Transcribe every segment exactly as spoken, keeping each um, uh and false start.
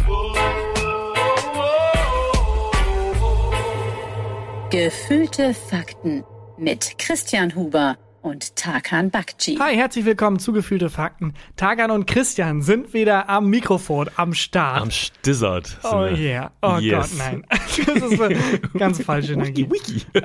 Gefühlte Fakten mit Christian Huber und Tarkan Bakci. Hi, herzlich willkommen zu Gefühlte Fakten. Tarkan und Christian sind wieder am Mikrofon, am Start. Am Stizzard. Oh yeah. Oh yes. Gott, nein. Das ist eine ganz falsche Energie. Wiki, wiki.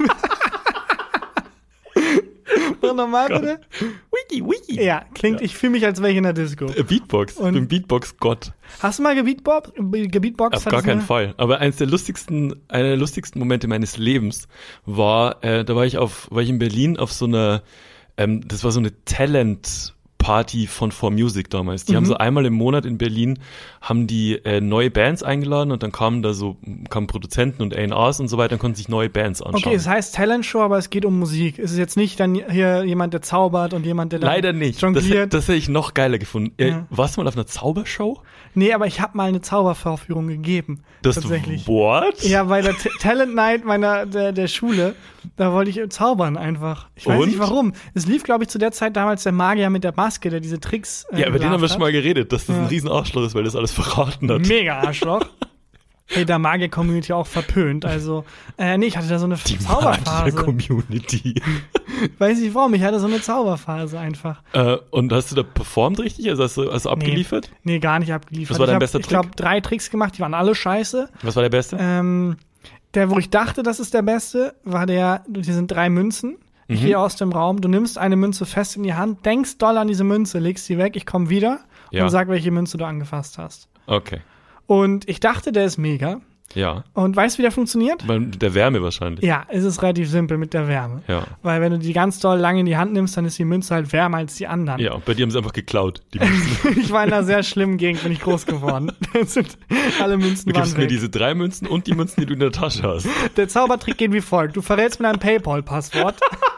Mach nochmal bitte. Wiki, wiki. Ja, klingt, ja. Ich fühle mich, als wäre ich in der Disco. Beatbox, und ich bin Beatbox-Gott. Hast du mal gebeatboxt? Auf gar keinen Fall. Aber eines der lustigsten, einer der lustigsten Momente meines Lebens war, äh, da war ich auf, war ich in Berlin auf so einer, ähm, das war so eine Talent- Party von four Music damals. Die mhm. haben so einmal im Monat in Berlin haben die äh, neue Bands eingeladen und dann kamen da so kamen Produzenten und A and Rs und so weiter und konnten sich neue Bands anschauen. Okay, es heißt Talentshow, aber es geht um Musik. Es ist jetzt nicht dann hier jemand, der zaubert und jemand, der dann Leider nicht. jongliert. Das, das hätte ich noch geiler gefunden. Ja. Warst du mal auf einer Zaubershow? Nee, aber ich habe mal eine Zaubervorführung gegeben. Das tatsächlich. What? Ja, bei der T- Talent Night meiner der, der Schule, da wollte ich zaubern einfach. Ich weiß und? nicht warum. Es lief, glaube ich, zu der Zeit damals der Magier mit der Maske, der diese Tricks äh, Ja, über den haben wir hat. schon mal geredet, dass das ja. ein riesen Arschloch ist, weil das alles verraten hat. Mega Arschloch. Hey, da Magier-Community auch verpönt. Also, äh, nee, ich hatte da so eine Die Zauberphase. Magier-Community. Weiß nicht warum, ich hatte so eine Zauberphase einfach. Äh, und hast du da performt richtig? Also hast du, hast du abgeliefert? Nee, nee, gar nicht abgeliefert. Was war dein ich hab, bester ich Trick? Ich glaube, drei Tricks gemacht, die waren alle scheiße. Was war der beste? Ähm, der, wo ich dachte, das ist der beste, war der, hier sind drei Münzen. Ich mhm. gehe aus dem Raum, du nimmst eine Münze fest in die Hand, denkst doll an diese Münze, legst sie weg, ich komme wieder ja. und sag, welche Münze du angefasst hast. Okay. Und ich dachte, der ist mega. Ja. Und weißt du, wie der funktioniert? Mit der Wärme wahrscheinlich. Ja, es ist relativ simpel mit der Wärme. Ja. Weil wenn du die ganz doll lang in die Hand nimmst, dann ist die Münze halt wärmer als die anderen. Ja, und bei dir haben sie einfach geklaut, die Münzen. Ich war in einer sehr schlimmen Gegend, bin ich groß geworden. Sind, alle Münzen du waren gibst weg. mir diese drei Münzen und die Münzen, die du in der Tasche hast. Der Zaubertrick geht wie folgt. Du verrätst mir dein PayPal-Passwort.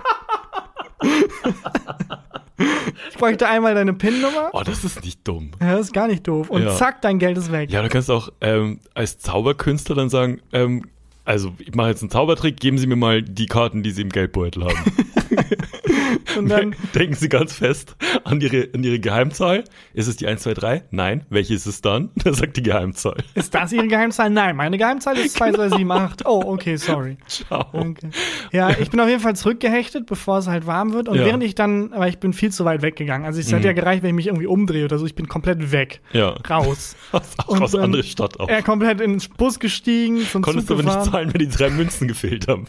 Ich bräuchte einmal deine PIN-Nummer. Oh, das ist nicht dumm. Ja, das ist gar nicht doof. Und ja. zack, dein Geld ist weg. Ja, du kannst auch ähm, als Zauberkünstler dann sagen, ähm, also ich mache jetzt einen Zaubertrick, geben Sie mir mal die Karten, die Sie im Geldbeutel haben. Und dann denken Sie ganz fest an Ihre, an Ihre Geheimzahl. Ist es die eins zwei drei? Nein. Welche ist es dann? Da sagt die Geheimzahl. Ist das Ihre Geheimzahl? Nein, meine Geheimzahl ist zwei zwei sieben acht. Oh, okay, sorry. Ciao. Okay. Ja, ich bin auf jeden Fall zurückgehechtet, bevor es halt warm wird. Und ja. während ich dann, aber ich bin viel zu weit weggegangen. Also es mhm. hat ja gereicht, wenn ich mich irgendwie umdrehe oder so. Ich bin komplett weg. Ja. Raus. Auch aus andere Stadt auch. Er komplett ins Bus gestiegen, zum Konntest Zug du aber gefahren. nicht zahlen, wenn die drei Münzen gefehlt haben.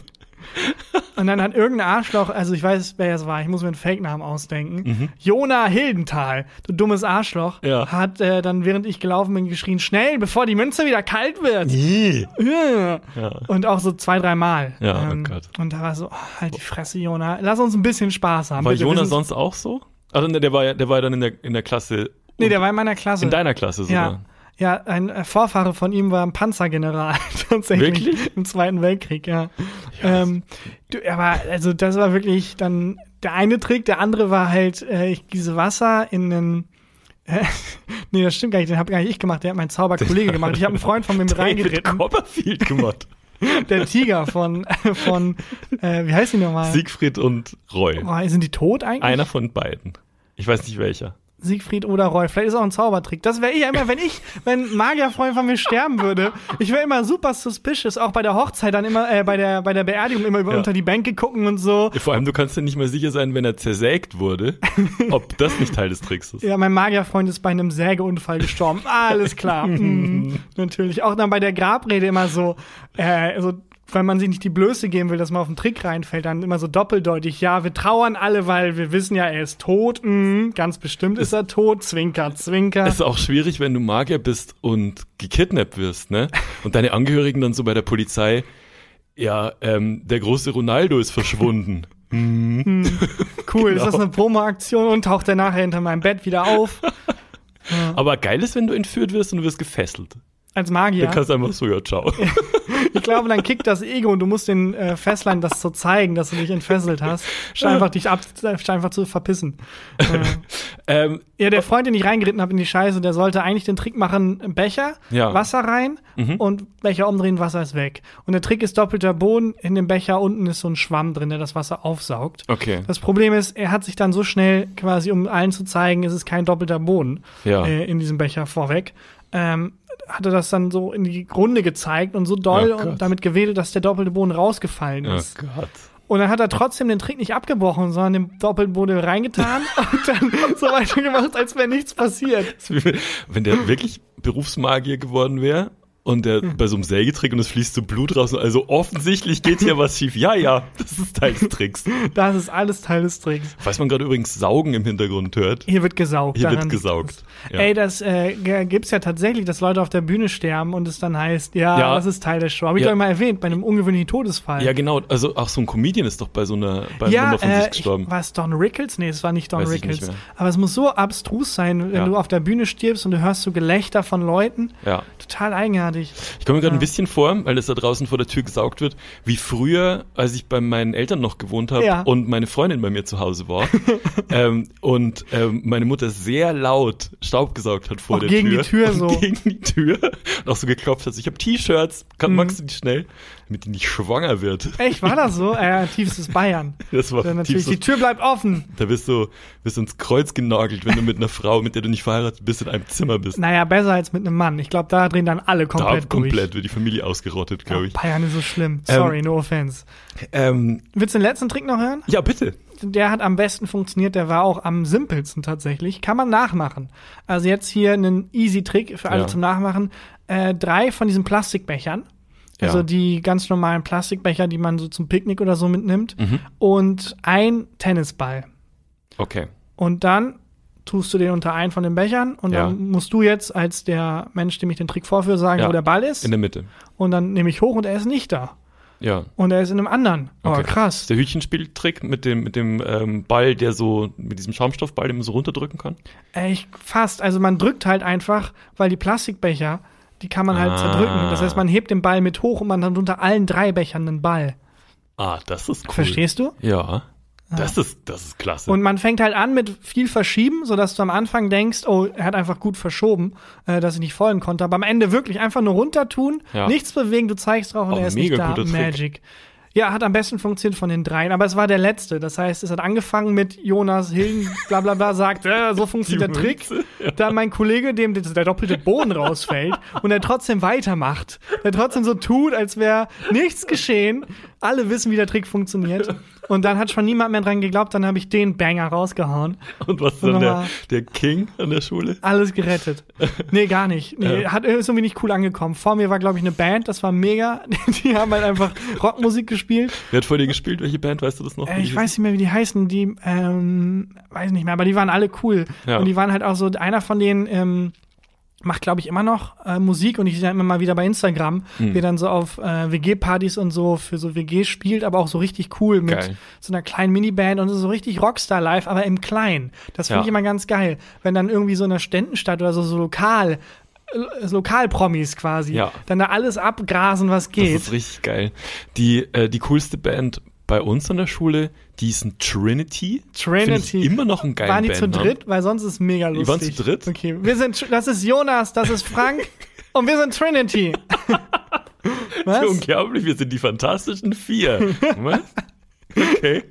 Und dann hat irgendein Arschloch, also ich weiß, wer es war, ich muss mir einen Fake-Namen ausdenken, Mhm. Jona Hildenthal, du dummes Arschloch, ja. hat äh, dann, während ich gelaufen bin, geschrien, schnell, bevor die Münze wieder kalt wird. Nee. Ja. Ja. Und auch so zwei, dreimal. Ja, ähm, oh Gott. Und da war so, oh, halt die Fresse, Jona, lass uns ein bisschen Spaß haben. War bitte. Jona sonst auch so? Also der war ja, der war ja dann in der, in der Klasse. Nee, der war in meiner Klasse. In deiner Klasse sogar? Ja. Ja, ein äh, Vorfahre von ihm war ein Panzergeneral, tatsächlich. Wirklich? Im Zweiten Weltkrieg, ja. ja ähm, du, aber, also, das war wirklich dann der eine Trick, der andere war halt, äh, ich gieße Wasser in einen, äh, nee, das stimmt gar nicht, den habe gar nicht ich gemacht, der hat mein Zauberkollege gemacht. Ich habe einen Freund von mir mit reingeritten. David Copperfield gemacht. Der Tiger von, von, äh, wie heißt die nochmal? Siegfried und Roy. Oh, sind die tot eigentlich? Einer von beiden. Ich weiß nicht welcher. Siegfried oder Roy. Vielleicht ist auch ein Zaubertrick. Das wäre ich ja immer, wenn ich, wenn ein Magierfreund von mir sterben würde. Ich wäre immer super suspicious, auch bei der Hochzeit dann immer, äh, bei der, bei der Beerdigung immer über ja. unter die Bänke gucken und so. Ja, vor allem, du kannst ja nicht mal sicher sein, wenn er zersägt wurde, ob das nicht Teil des Tricks ist. Ja, mein Magierfreund ist bei einem Sägeunfall gestorben. Alles klar. mhm, natürlich. Auch dann bei der Grabrede immer so, äh, so, weil man sich nicht die Blöße geben will, dass man auf den Trick reinfällt, dann immer so doppeldeutig. Ja, wir trauern alle, weil wir wissen ja, er ist tot. Mhm, ganz bestimmt ist er tot. Zwinker, zwinker. Es ist auch schwierig, wenn du Magier bist und gekidnappt wirst, ne? Und deine Angehörigen dann so bei der Polizei, ja, ähm, der große Ronaldo ist verschwunden. mhm. Hm, cool, Genau. Ist das eine Promo-Aktion und taucht er nachher hinter meinem Bett wieder auf? Ja. Aber geil ist, wenn du entführt wirst und du wirst gefesselt. Als Magier. Dann kannst du einfach so, ja, ciao. Ich glaube, dann kickt das Ego und du musst den äh, Fesslern das so zeigen, dass du dich entfesselt hast, statt einfach dich ab, statt einfach zu verpissen. Äh, ähm, ja, der Freund, den ich reingeritten habe in die Scheiße, der sollte eigentlich den Trick machen, Becher, Ja. Wasser rein Mhm. und Becher umdrehen, Wasser ist weg. Und der Trick ist doppelter Boden, in dem Becher unten ist so ein Schwamm drin, der das Wasser aufsaugt. okay. Das Problem ist, er hat sich dann so schnell quasi, um allen zu zeigen, es ist kein doppelter Boden Ja. äh, in diesem Becher vorweg, ähm, hat er das dann so in die Runde gezeigt und so doll Oh und damit gewedelt, dass der doppelte Boden rausgefallen ist. Oh Gott. Und dann hat er trotzdem den Trick nicht abgebrochen, sondern den doppelten Boden reingetan und dann so weitergemacht, als wäre nichts passiert. Wenn der wirklich Berufsmagier geworden wäre und der bei so einem Sägetrick und es fließt so Blut raus, also offensichtlich geht hier was schief. Ja, ja, das ist Teil des Tricks. Das ist alles Teil des Tricks. Weiß man gerade übrigens Saugen im Hintergrund hört. Hier wird gesaugt. Hier wird gesaugt. Ja. Ey, das äh, g- gibt's ja tatsächlich, dass Leute auf der Bühne sterben und es dann heißt, ja, Ja. das ist Teil der Show. Hab ich Ja. doch mal erwähnt, bei einem ungewöhnlichen Todesfall. Ja, genau. Also auch so ein Comedian ist doch bei so einer bei einer Ja, Nummer von äh, sich gestorben. war es Don Rickles? Nee, es war nicht Don Weiß ich nicht Rickles. mehr. Aber es muss so abstrus sein, wenn Ja. du auf der Bühne stirbst und du hörst so Gelächter von Leuten. Ja. Total eigenartig. Ich komme mir gerade Ja. ein bisschen vor, weil das da draußen vor der Tür gesaugt wird, wie früher, als ich bei meinen Eltern noch gewohnt habe Ja. und meine Freundin bei mir zu Hause war ähm, und ähm, meine Mutter sehr laut Staub gesaugt hat vor Auch der gegen Tür. die Tür und so. Gegen die Tür. Und auch so geklopft hat. Ich habe T-Shirts, kann, Mhm. magst du die schnell? Damit die nicht schwanger wird. Echt, war das so? Äh, tiefstes Bayern. Das war Dann natürlich, tiefstes- die Tür bleibt offen. Da wirst du, wirst du ins Kreuz genagelt, wenn du mit einer Frau, mit der du nicht verheiratet bist, in einem Zimmer bist. Naja, besser als mit einem Mann. Ich glaube, da drehen dann alle Da komplett durch. komplett wird die Familie ausgerottet, glaube ich. Oh, Bayern ist so schlimm. Sorry, no offense. Ähm, Willst du den letzten Trick noch hören? ja, bitte. Der hat am besten funktioniert, der war auch am simpelsten tatsächlich. Kann man nachmachen. Also jetzt hier einen Easy-Trick für alle Ja. zum Nachmachen. Äh, drei von diesen Plastikbechern. Also Ja. die ganz normalen Plastikbecher, die man so zum Picknick oder so mitnimmt. Mhm. Und ein Tennisball. Okay. Und dann tust du den unter einen von den Bechern und Ja. dann musst du jetzt als der Mensch, dem ich den Trick vorführe, sagen, Ja. wo der Ball ist. In der Mitte. Und dann nehme ich hoch und er ist nicht da. Ja. Und er ist in einem anderen. Aber Okay. krass. Das ist der Hütchenspieltrick mit dem, mit dem ähm, Ball, der so, mit diesem Schaumstoffball, den man so runterdrücken kann. Echt fast. Also man drückt halt einfach, weil die Plastikbecher, die kann man halt Ah. zerdrücken. Das heißt, man hebt den Ball mit hoch und man hat unter allen drei Bechern einen Ball. Ah, das ist cool. Verstehst du? Ja. Das ist, das ist klasse. Und man fängt halt an mit viel Verschieben, sodass du am Anfang denkst, oh, er hat einfach gut verschoben, äh, dass ich nicht folgen konnte. Aber am Ende wirklich einfach nur runter tun, Ja. nichts bewegen, du zeigst drauf und Auch er ist mega nicht da. guter Trick. Magic. Ja, hat am besten funktioniert von den dreien, aber es war der letzte. Das heißt, es hat angefangen mit Jonas Hilden, bla bla bla, sagt, äh, so funktioniert der Trick. Dann mein Kollege, dem der doppelte Boden rausfällt und der trotzdem weitermacht. Der trotzdem so tut, als wäre nichts geschehen. Alle wissen, wie der Trick funktioniert. Und dann hat schon niemand mehr dran geglaubt, dann habe ich den Banger rausgehauen. Und was ist Und dann der, nochmal- der King an der Schule? Alles gerettet. Nee, gar nicht. Nee, Ja. hat, ist irgendwie nicht cool angekommen. Vor mir war, glaube ich, eine Band, das war mega. Die haben halt einfach Rockmusik gespielt. Wer hat vor dir gespielt? Welche Band? Weißt du das noch? Äh, ich weiß nicht mehr, wie die heißen. Die, ähm, weiß nicht mehr, aber die waren alle cool. Ja. Und die waren halt auch so, einer von denen, ähm, macht, glaube ich, immer noch äh, Musik und ich sehe immer mal wieder bei Instagram, Mhm. wie er dann so auf äh, W G-Partys und so für so W G spielt, aber auch so richtig cool mit Geil. so einer kleinen Miniband und so richtig Rockstar-Live, aber im Kleinen. Das finde Ja. ich immer ganz geil. Wenn dann irgendwie so in einer Ständenstadt oder so, so lokal, äh, Lokalpromis quasi, Ja. dann da alles abgrasen, was Das geht. ist richtig geil. Die, äh, die coolste Band bei uns an der Schule, die ist ein Trinity. Finde ich Trinity. immer noch ein geiler Waren die zu Bandnamen. dritt? Weil sonst ist es mega lustig. Die waren zu dritt? Okay, wir sind, das ist Jonas, das ist Frank und wir sind Trinity. Was? Unglaublich, wir sind die Fantastischen Vier. Was? Okay.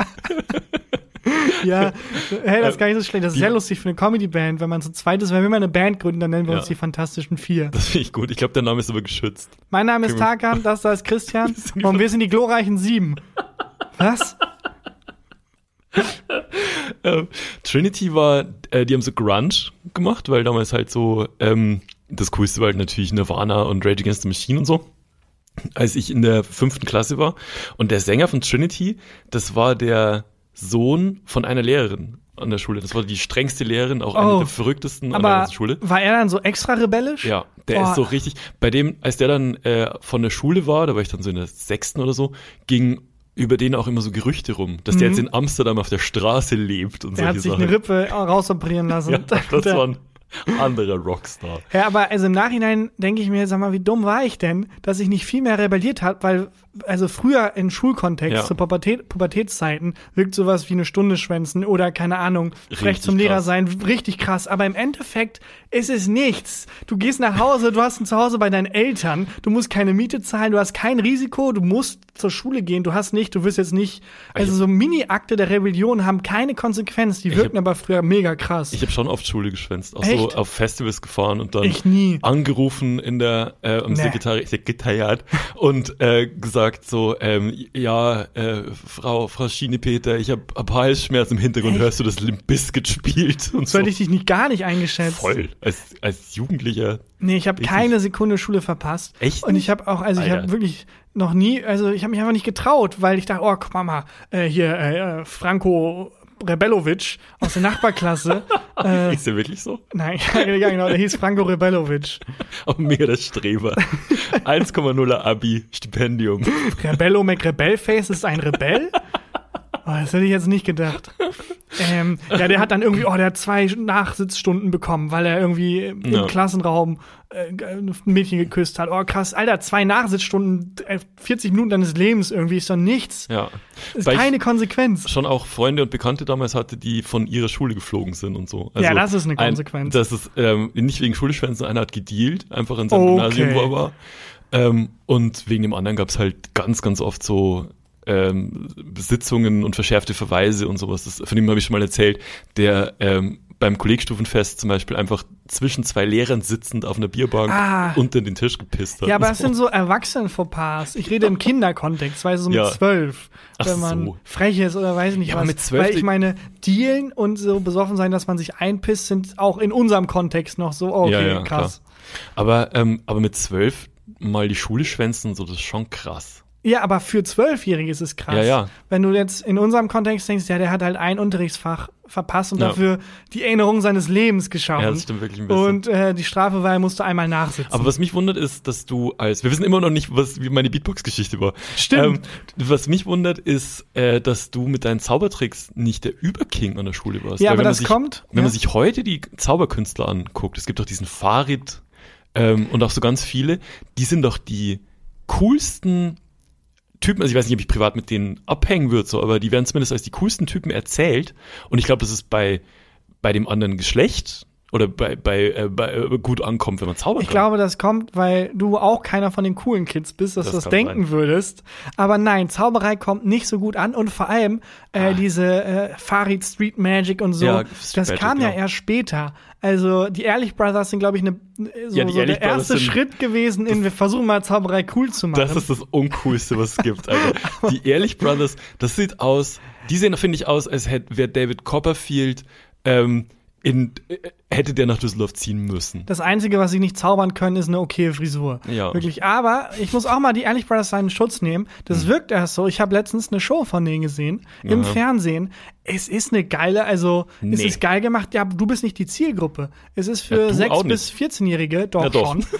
Ja, hey, das ist gar nicht so schlecht. Das ist die- sehr lustig für eine Comedy-Band, wenn man zu zweit ist. Wenn wir mal eine Band gründen, dann nennen wir Ja. uns die Fantastischen Vier. Das finde ich gut. Ich glaube, der Name ist aber geschützt. Mein Name ist Okay. Tarkan, das da ist Christian und wir sind die glorreichen Sieben. Was? Ähm, Trinity war, äh, die haben so Grunge gemacht, weil damals halt so, ähm, das Coolste war halt natürlich Nirvana und Rage Against the Machine und so. Als ich in der fünften Klasse war. Und der Sänger von Trinity, das war der Sohn von einer Lehrerin an der Schule. Das war die strengste Lehrerin, auch eine Oh. der verrücktesten an der Aber ganzen Schule. war er dann so extra rebellisch? Ja, der Boah. ist so richtig, bei dem, als der dann äh, von der Schule war, da war ich dann so in der sechsten oder so, ging über den auch immer so Gerüchte rum, dass der Mhm. jetzt in Amsterdam auf der Straße lebt und Der hat solche sich Sachen. eine Rippe rausoperieren lassen. Ja, das Der- war ein anderer Rockstar. Ja, aber also im Nachhinein denke ich mir, sag mal, wie dumm war ich denn, dass ich nicht viel mehr rebelliert habe, weil also früher in Schulkontext, Ja. zu Pubertät, Pubertätszeiten, wirkt sowas wie eine Stunde schwänzen oder keine Ahnung, frech Richtig zum Lehrer krass. sein, richtig krass. Aber im Endeffekt ist es nichts. Du gehst nach Hause, du hast ein Zuhause bei deinen Eltern, du musst keine Miete zahlen, du hast kein Risiko, du musst zur Schule gehen, du hast nicht, du wirst jetzt nicht, also so Mini-Akte der Rebellion haben keine Konsequenz, die wirken hab, aber früher mega krass. Ich habe schon oft Schule geschwänzt, auch Echt? so auf Festivals gefahren und dann ich nie. angerufen in der äh, im Nee. Sekretari- Sekretariat und äh, gesagt so, ähm, ja, äh, Frau Frau Schienepeter, ich habe hab Halsschmerz im Hintergrund, Echt? hörst du das Limp Bizkit spielt und So so. hätte ich dich nicht gar nicht eingeschätzt. Voll, als, als Jugendlicher. Nee, ich habe Richtig. keine Sekunde Schule verpasst. Echt Und nicht? ich habe auch, also ich Alter. habe wirklich noch nie, also ich habe mich einfach nicht getraut, weil ich dachte, oh, guck mal, mal äh, hier äh, Franco Rebellovic aus der Nachbarklasse. äh, Ist der wirklich so? nein, ja genau, der hieß Franco Rebellovic. Auch mega der Streber. eins Komma nuller Abi, Stipendium. Rebello McRebelface ist ein Rebell? Oh, das hätte ich jetzt nicht gedacht. Ähm, ja, der hat dann irgendwie, oh, der hat zwei Nachsitzstunden bekommen, weil er irgendwie im Ja. Klassenraum äh, ein Mädchen geküsst hat. Oh, krass, Alter, zwei Nachsitzstunden, äh, vierzig Minuten deines Lebens irgendwie ist doch nichts. Ja. Ist Weil keine ich Konsequenz. schon auch Freunde und Bekannte damals hatte, die von ihrer Schule geflogen sind und so. Also Ja, das ist eine Konsequenz. Ein, das ist ähm, nicht wegen Schulschwänzen, einer hat gedealt, einfach in seinem Okay. Gymnasium, wo er war. Ähm, und wegen dem anderen gab es halt ganz, ganz oft so ähm, Sitzungen und verschärfte Verweise und sowas. Das, von dem habe ich schon mal erzählt, der ähm, beim Kollegstufenfest zum Beispiel einfach zwischen zwei Lehrern sitzend auf einer Bierbank Ah. unter den Tisch gepisst hat. Ja, aber und das sind so Erwachsenen-Fauxpas. Ich rede im Kinderkontext, weißt du, so mit Ja. zwölf. Ach Wenn man so. frech ist oder weiß nicht Ja, was. aber mit zwölf Weil ich meine, dealen und so besoffen sein, dass man sich einpisst, sind auch in unserem Kontext noch so, okay, Ja, ja, krass. Aber, ähm, aber mit zwölf mal die Schule schwänzen, so, das ist schon krass. Ja, aber für Zwölfjährige ist es krass. Ja, ja. Wenn du jetzt in unserem Kontext denkst, ja, der hat halt ein Unterrichtsfach verpasst und Ja. dafür die Erinnerung seines Lebens geschaffen. Ja, das stimmt wirklich ein bisschen. Und äh, die Strafe war, er musste einmal nachsitzen. Aber was mich wundert ist, dass du als, wir wissen immer noch nicht, was, wie meine Beatbox-Geschichte war. Stimmt. Ähm, was mich wundert ist, äh, dass du mit deinen Zaubertricks nicht der Überking an der Schule warst. Ja, Weil aber wenn man das sich, kommt, Wenn ja. man sich heute die Zauberkünstler anguckt, es gibt doch diesen Farid ähm, und auch so ganz viele, die sind doch die coolsten Typen, also ich weiß nicht, ob ich privat mit denen abhängen würde, so, aber die werden zumindest als die coolsten Typen erzählt. Und ich glaube, dass es bei, bei dem anderen Geschlecht oder bei, bei, äh, bei äh, gut ankommt, wenn man zaubern Ich kann. glaube, das kommt, weil du auch keiner von den coolen Kids bist, dass Das du das kann denken sein. würdest. Aber nein, Zauberei kommt nicht so gut an und vor allem äh, Ah. diese äh, Farid Street Magic und so, Ja, das Street Magic, kam ja ja. erst später. Also die Ehrlich Brothers sind, glaube ich, ne, so, Ja, die so Ehrlich der erste Brothers sind- Schritt gewesen in, wir versuchen mal Zauberei cool zu machen. Das ist das Uncoolste, was es gibt, Alter. Die Ehrlich Brothers, das sieht aus, die sehen, finde ich, aus, als hätte wäre David Copperfield ähm, in, äh, hätte der nach Düsseldorf ziehen müssen. Das Einzige, was sie nicht zaubern können, ist eine okaye Frisur. Ja. Wirklich. Aber ich muss auch mal die Ehrlich Brothers seinen Schutz nehmen. Das wirkt erst so. Ich habe letztens eine Show von denen gesehen, im Aha. Fernsehen. Es ist eine geile, also es Nee. ist geil gemacht. Ja, du bist nicht die Zielgruppe. Es ist Ja, für du sechs auch bis nicht. vierzehnjährige doch, Ja, doch. schon.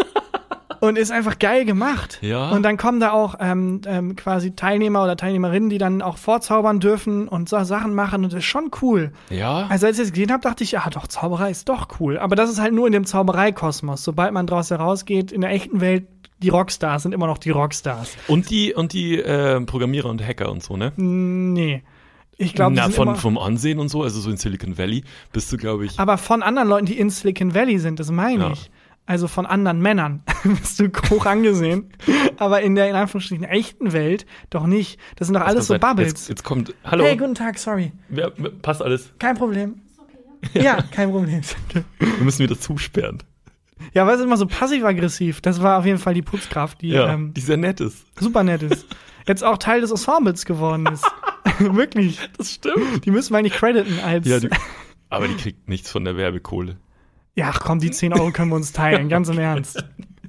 Und ist einfach geil gemacht. Ja. Und dann kommen da auch ähm, ähm, quasi Teilnehmer oder Teilnehmerinnen, die dann auch vorzaubern dürfen und so Sachen machen. Und das ist schon cool. Ja. Also als ich das gesehen habe, dachte ich, ja doch, Zauberei ist doch cool. Aber das ist halt nur in dem Zaubereikosmos. Sobald man draus herausgeht, in der echten Welt, die Rockstars sind immer noch die Rockstars. Und die, und die äh, Programmierer und Hacker und so, ne? Nee. Ich glaube, Na, von, immer, vom Ansehen und so, also so in Silicon Valley, bist du, glaube ich. aber von anderen Leuten, die in Silicon Valley sind, das meine Ja. ich. Also von anderen Männern bist du hoch angesehen. Aber in der, in Anführungsstrichen, echten Welt doch nicht. Das sind doch alles so Das kann sein. Bubbles. Jetzt, jetzt kommt, hallo, Hey, guten Tag, sorry. wer, passt alles. Kein Problem. Ja, kein Problem. Wir müssen wieder zusperren. Ja, weil es immer so passiv-aggressiv. Das war auf jeden Fall die Putzkraft, die Ja, ähm, die sehr nett ist. super nett ist. Jetzt auch Teil des Ensembles geworden ist. Wirklich. Das stimmt. Die müssen wir eigentlich crediten als. Ja, die, aber die kriegt nichts von der Werbekohle. Ja, ach komm, die zehn Euro können wir uns teilen, ganz im Ernst.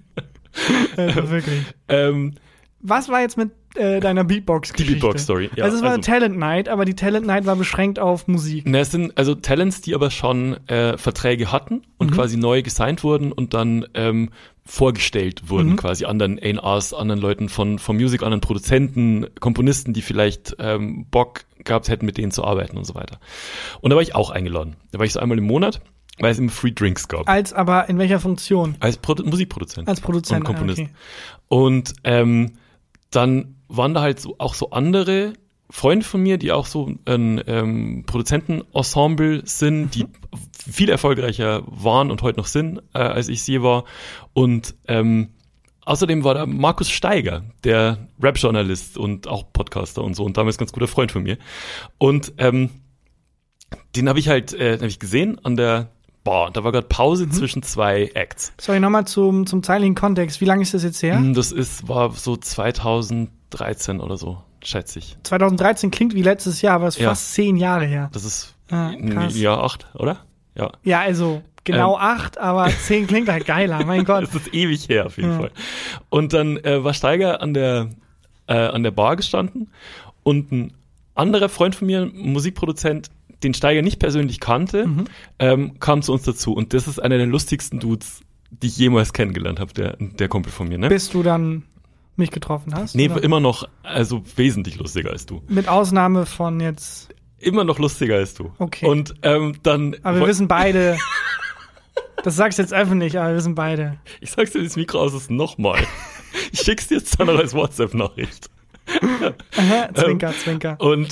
Also wirklich. Ähm, Was war jetzt mit äh, deiner Beatbox-Geschichte? Die Beatbox-Story, ja, Also es war also- eine Talent Night, aber die Talent Night war beschränkt auf Musik. Na, es sind also Talents, die aber schon äh, Verträge hatten und Mhm. quasi neu gesigned wurden und dann ähm, vorgestellt wurden, Mhm. quasi anderen A und Rs, anderen Leuten von, von Music, anderen Produzenten, Komponisten, die vielleicht ähm, Bock gehabt hätten, mit denen zu arbeiten und so weiter. Und da war ich auch eingeladen. Da war ich so einmal im Monat, weil es immer Free Drinks gab. Als aber in welcher Funktion? Als Produ- Musikproduzent. Als Produzent, Und Komponist. ah, okay. Und ähm, dann waren da halt so, auch so andere Freunde von mir, die auch so ein ähm, Produzentenensemble sind, die viel erfolgreicher waren und heute noch sind, äh, als ich sie war. Und ähm, außerdem war da Markus Steiger, der Rap-Journalist und auch Podcaster und so und damals ganz guter Freund von mir. Und ähm, den habe ich halt, äh, hab ich gesehen an der, boah, da war gerade Pause mhm. zwischen zwei Acts. Sorry, nochmal zum, zum zeitlichen Kontext. Wie lange ist das jetzt her? Das ist, war so zweitausenddreizehn oder so, schätze ich. zweitausenddreizehn klingt wie letztes Jahr, aber es ist ja. fast zehn Jahre her. Das ist ah, ein Jahr acht, oder? Ja. Ja, also genau ähm. acht, aber zehn klingt halt geiler, mein Gott. Das ist ewig her, auf jeden ja. Fall. Und dann äh, war Steiger an der, äh, an der Bar gestanden und ein anderer Freund von mir, ein Musikproduzent, den Steiger nicht persönlich kannte, mhm. ähm, kam zu uns dazu. Und das ist einer der lustigsten Dudes, die ich jemals kennengelernt habe, der, der Kumpel von mir. Ne? Bis du dann mich getroffen hast? Nee, oder? Immer noch, also wesentlich lustiger als du. Mit Ausnahme von jetzt... Immer noch lustiger als du. Okay. Und ähm, dann... Aber wir wissen beide... Das sagst du jetzt öffentlich, aber wir wissen beide. Ich sag's dir ins Mikro aus, es nochmal. Ich schick's dir jetzt dann noch als WhatsApp-Nachricht. Aha, Zwinker, ähm, Zwinker. Und...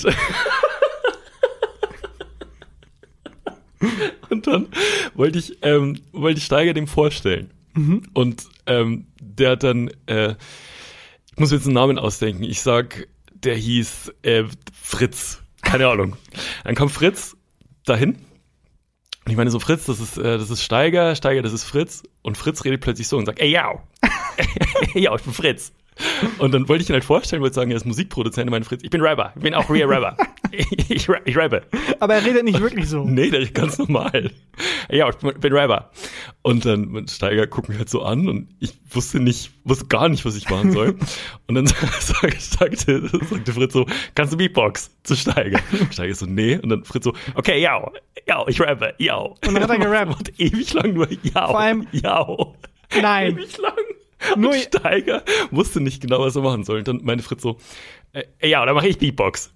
Und dann wollte ich, ähm, wollte ich Steiger dem vorstellen. Mhm. Und ähm, der hat dann, äh, ich muss mir jetzt einen Namen ausdenken. Ich sag, der hieß äh, Fritz. Keine Ahnung. Dann kam Fritz dahin. Und ich meine so, Fritz, das ist, äh, das ist Steiger, Steiger, das ist Fritz. Und Fritz redet plötzlich so und sagt, ey, ja. Ja, ich bin Fritz. Und dann wollte ich ihn halt vorstellen, wollte sagen, er ist Musikproduzent. Und meine Fritz, ich bin Rapper, ich bin auch real Rapper. Ich, ich, ich rappe. Aber er redet nicht wirklich so. Nee, der redet ganz normal. Ja, ich bin Rapper. Und dann Steiger guckt mich halt so an und ich wusste nicht, wusste gar nicht, was ich machen soll. Und dann sagte, sagte, sagte Fritz so, kannst du Beatbox zu Steiger? Steiger so, nee. Und dann Fritz so, okay, ja, ja, ich rappe, ja. Und dann hat er gerappt. Und ewig lang nur ja, vor allem, ja. Nein. Ewig lang. Nur und Steiger wusste nicht genau, was er machen soll. Und dann meinte Fritz so, äh, ja, dann mache ich Beatbox.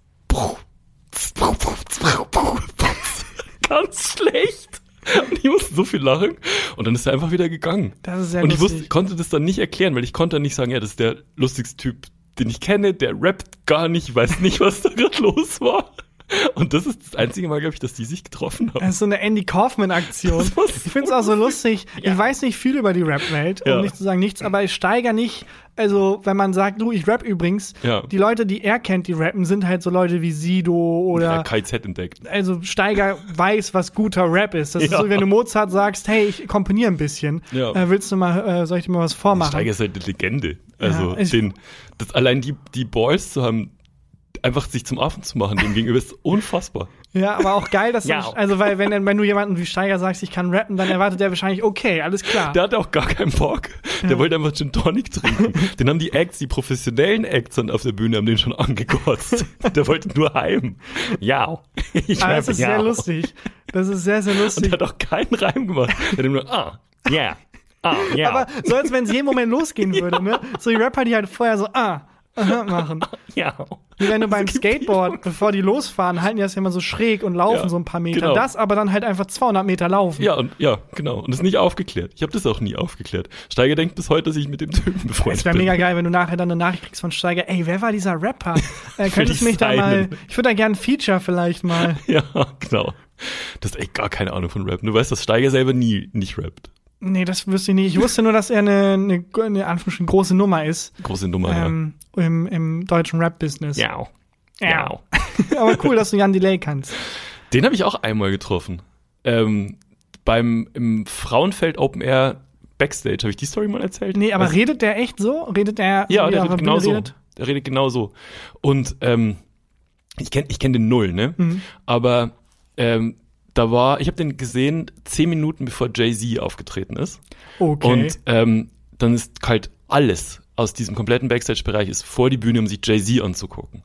Ganz schlecht. Und ich musste so viel lachen. Und dann ist er einfach wieder gegangen. Das ist sehr und ich lustig. wusste, konnte das dann nicht erklären, weil ich konnte dann nicht sagen, ja, das ist der lustigste Typ, den ich kenne. Der rappt gar nicht, ich weiß nicht, was da gerade los war. Und das ist das einzige Mal, glaube ich, dass die sich getroffen haben. Das ist so eine Andy Kaufman-Aktion. So ich finde es auch so lustig. Ja. Ich weiß nicht viel über die Rap-Welt, um ja. nicht zu sagen nichts, aber ich steigere nicht, also wenn man sagt, du, ich rap übrigens, ja. die Leute, die er kennt, die rappen, sind halt so Leute wie Sido oder ja, K Z entdeckt. Also Steiger weiß, was guter Rap ist. Das ja. ist so, wenn du Mozart sagst, hey, ich komponiere ein bisschen, ja. äh, willst du mal, äh, soll ich dir mal was vormachen? Steiger ist halt eine Legende. Also ja, den, das, allein die, die Balls zu haben, einfach sich zum Affen zu machen, dem gegenüber ist unfassbar. Ja, aber auch geil, dass ja. du, also weil wenn, wenn du jemanden wie Steiger sagst, ich kann rappen, dann erwartet der wahrscheinlich, okay, alles klar. Der hatte auch gar keinen Bock. Der ja. wollte einfach Gin Tonic trinken. Den haben die Acts, die professionellen Acts auf der Bühne, haben den schon angekotzt. Der wollte nur heim. Ja. Ich aber das ist ja. sehr lustig. Das ist sehr, sehr lustig. Und der hat auch keinen Reim gemacht. Der hat nur, ah, ja, yeah, ah, ja. Yeah. Aber so als wenn es jeden Moment losgehen würde, ja. ne? So die Rapper, die halt vorher so, ah, aha, machen. Ja. Wie wenn du beim Skateboard, bevor die losfahren, halten die das ja immer so schräg und laufen ja, so ein paar Meter. Genau. Das aber dann halt einfach zweihundert Meter laufen. Ja, und, ja, genau. Und das ist nicht aufgeklärt. Ich habe das auch nie aufgeklärt. Steiger denkt bis heute, dass ich mit dem Typen befreundet bin. Es wäre mega geil, wenn du nachher dann eine Nachricht kriegst von Steiger, ey, wer war dieser Rapper? Äh, könntest du mich da mal, ich würde da gerne ein Feature vielleicht mal. Ja, genau. Du hast echt gar keine Ahnung von Rap. Du weißt, dass Steiger selber nie nicht rappt. Nee, das wüsste ich nicht. Ich wusste nur, dass er eine, eine, eine, eine große Nummer ist. Große Nummer, ähm, ja. Im, im deutschen Rap-Business. Ja. Ja. Aber cool, dass du Jan Delay kannst. Den habe ich auch einmal getroffen. Ähm, beim im Frauenfeld Open Air Backstage. Habe ich die Story mal erzählt? Nee, aber Was? redet der echt so? Redet der Ja, so, der redet genau so. Redet? Der redet genau so. Und ähm, ich kenne ich kenn den Null, ne? Mhm. Aber ähm, da war, ich habe den gesehen, zehn Minuten bevor Jay-Z aufgetreten ist. Okay. Und ähm, dann ist halt alles aus diesem kompletten Backstage-Bereich ist vor die Bühne, um sich Jay-Z anzugucken.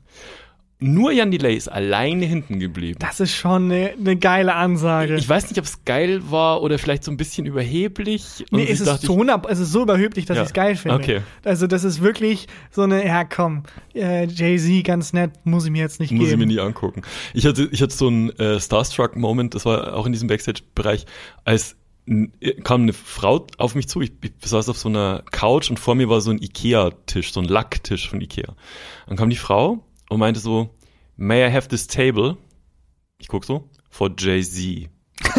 Nur Jan Delay ist alleine hinten geblieben. Das ist schon eine, eine geile Ansage. Ich weiß nicht, ob es geil war oder vielleicht so ein bisschen überheblich. Und nee, es ist, zu hundert, es ist so überheblich, dass ja. ich es geil finde. Okay. Also das ist wirklich so eine, ja komm, äh, Jay-Z ganz nett, muss ich mir jetzt nicht muss geben. Muss ich mir nie angucken. Ich hatte, ich hatte so einen äh, Starstruck-Moment, das war auch in diesem Backstage-Bereich, als n- kam eine Frau auf mich zu, ich, ich saß auf so einer Couch und vor mir war so ein Ikea-Tisch, so ein Lacktisch von Ikea. Dann kam die Frau und meinte so, may I have this table? Ich guck so, for Jay-Z.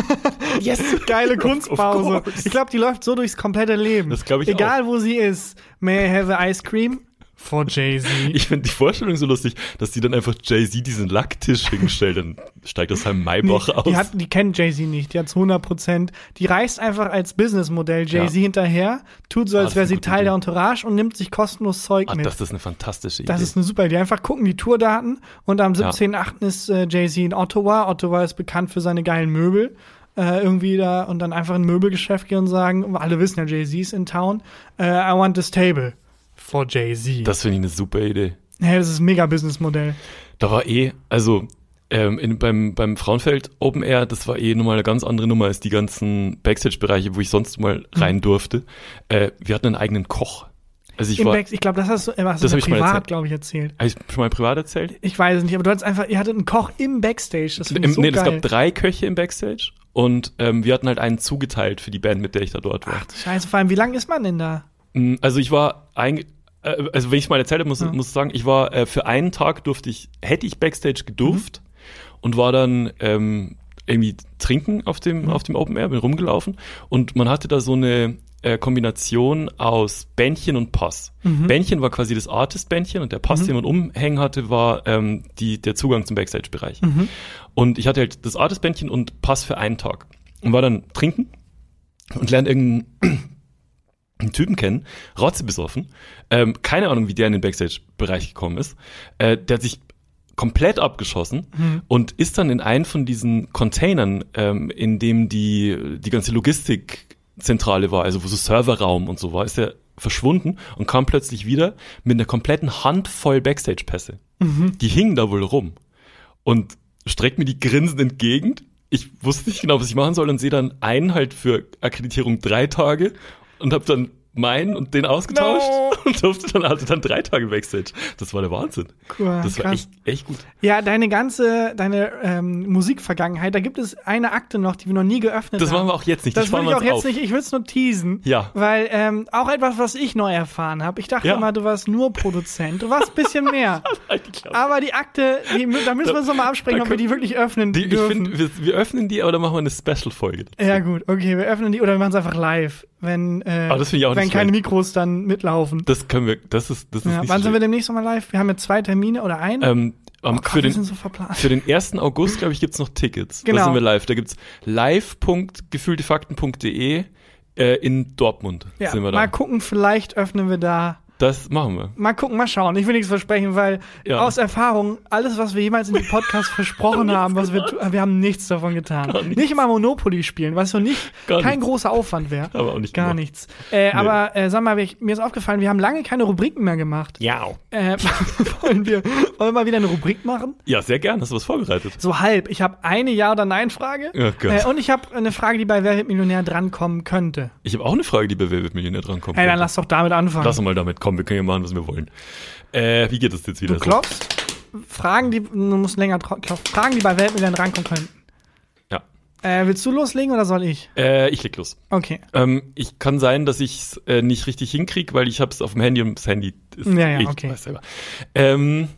Yes! Geile Kunstpause. course. Ich glaube, die läuft so durchs komplette Leben. Das glaube ich Egal, auch. wo sie ist. May I have a ice cream? For Jay-Z. Ich finde die Vorstellung so lustig, dass die dann einfach Jay-Z diesen Lacktisch hingestellt, dann steigt aus seinem Maybach Nee, aus. die, hat, die kennt Jay-Z nicht, die hat hundert Prozent. Die reist einfach als Businessmodell Jay-Z Ja. hinterher, tut so, Ah, als das wäre ist sie eine gute Teil Idee. der Entourage und nimmt sich kostenlos Zeug Ah, mit. das ist eine fantastische Idee. Das ist eine super Idee. Einfach gucken, die Tourdaten. Und am siebzehnten achten ist äh, Jay-Z in Ottawa. Ottawa ist bekannt für seine geilen Möbel. Äh, irgendwie da und dann einfach in ein Möbelgeschäft gehen und sagen, alle wissen ja, Jay-Z ist in town. Äh, I want this table for Jay-Z. Das finde ich eine super Idee. Ja, das ist ein mega Businessmodell. Da war eh, also ähm, in, beim, beim Frauenfeld Open Air, das war eh nochmal eine ganz andere Nummer als die ganzen Backstage-Bereiche, wo ich sonst mal rein durfte. Äh, wir hatten einen eigenen Koch. Also ich Im war, Back- ich glaube, das hast du, äh, hast Das du hab ich mal privat, erzählt. glaube ich, erzählt. hab ich schon mal privat erzählt? Ich weiß es nicht, aber du hattest einfach, ihr hattet einen Koch im Backstage. Das finde Im, ich so nee, es geil. gab drei Köche im Backstage und ähm, wir hatten halt einen zugeteilt für die Band, mit der ich da dort war. Ach, du Scheiße, vor allem, wie lang ist man denn da? Mm, Also ich war ein, äh, also wenn ich es mal erzählt habe, muss, Ja. muss ich sagen, ich war äh, für einen Tag durfte ich, hätte ich Backstage gedurft und war dann ähm, irgendwie trinken auf dem, Mhm. auf dem Open Air, bin rumgelaufen und man hatte da so eine äh, Kombination aus Bändchen und Pass. Mhm. Bändchen war quasi das Artist-Bändchen und der Pass, Mhm. den man umhängen hatte, war ähm, die, der Zugang zum Backstage-Bereich. Mhm. Und ich hatte halt das Artist-Bändchen und Pass für einen Tag. Und war dann trinken und lernt irgendeinen einen Typen kennen, rotzebesoffen, ähm, keine Ahnung, wie der in den Backstage-Bereich gekommen ist. Äh, der hat sich komplett abgeschossen Mhm. und ist dann in einen von diesen Containern, ähm, in dem die, die ganze Logistikzentrale war, also wo so Serverraum und so war, ist er verschwunden und kam plötzlich wieder mit einer kompletten Handvoll Backstage-Pässe. Mhm. Die hingen da wohl rum und streckt mir die grinsend entgegen. Ich wusste nicht genau, was ich machen soll und sehe dann einen halt für Akkreditierung drei Tage und habe dann meinen und den ausgetauscht No. und durfte dann, hatte dann drei Tage Backstage. Das war der Wahnsinn. Cool, Das war krass. echt, echt gut. Ja, deine ganze, deine ähm, Musikvergangenheit, da gibt es eine Akte noch, die wir noch nie geöffnet Das haben. machen wir auch jetzt nicht. Das sparen will ich wir auch uns jetzt auf. nicht, ich will es nur teasen. Ja. Weil ähm, auch etwas, was ich neu erfahren habe. Ich dachte Ja. immer, du warst nur Produzent. Du warst ein bisschen mehr. Halt die Klappe. Aber die Akte, die, da müssen wir uns nochmal absprechen, da ob wir die können- wirklich öffnen Die, ich dürfen. finde, wir, wir öffnen die, aber dann machen wir eine Special-Folge. Ja gut, okay, wir öffnen die oder wir machen es einfach live, wenn, äh, Aber das finde ich auch wenn nicht keine schlecht. Mikros dann mitlaufen. Das können wir, das ist, das ist Ja, nicht wann sind wir schlecht. demnächst nochmal live? Wir haben jetzt zwei Termine oder einen? Ähm, oh am- Gott, für, wir den, sind so verplant. für den ersten August, glaube ich, gibt's noch Tickets. Genau. Da sind wir live. Da gibt's live punkt gefühltefakten punkt de äh, in Dortmund Ja, sind wir da. mal gucken, vielleicht öffnen wir da. Das machen wir. Mal gucken, mal schauen. Ich will nichts versprechen, weil Ja. aus Erfahrung, alles, was wir jemals in dem Podcast versprochen haben, was wir, tu- wir haben nichts davon getan. Gar nichts. Nicht mal Monopoly spielen, was so nicht Gar kein nichts. großer Aufwand wäre. Aber auch nicht Gar gemacht. nichts. Äh, Aber äh, sag mal, ich, mir ist aufgefallen, wir haben lange keine Rubriken mehr gemacht. Ja. Äh, wollen, wir, wollen wir mal wieder eine Rubrik machen? Ja, sehr gern. Hast du was vorbereitet? So halb. Ich habe eine Ja- oder Nein-Frage. Oh Gott. Äh, und ich habe eine Frage, die bei Wer wird Millionär drankommen könnte. Ich habe auch eine Frage, die bei Wer wird Millionär drankommt. Hey, dann lass doch damit anfangen. Lass uns mal damit kommen. Wir können ja machen, was wir wollen. Äh, wie geht das jetzt wieder? Du klopfst. Fragen, die, du musst länger tro- klopfen. Fragen, die bei Wer wird Millionär drankommen könnten. Ja. Äh, willst du loslegen oder soll ich? Äh, ich leg los. Okay. Ähm, ich kann sein, dass ich es äh, nicht richtig hinkriege, weil ich habe es auf dem Handy und das Handy ist Ja, ja, ich okay. weiß selber. Ähm,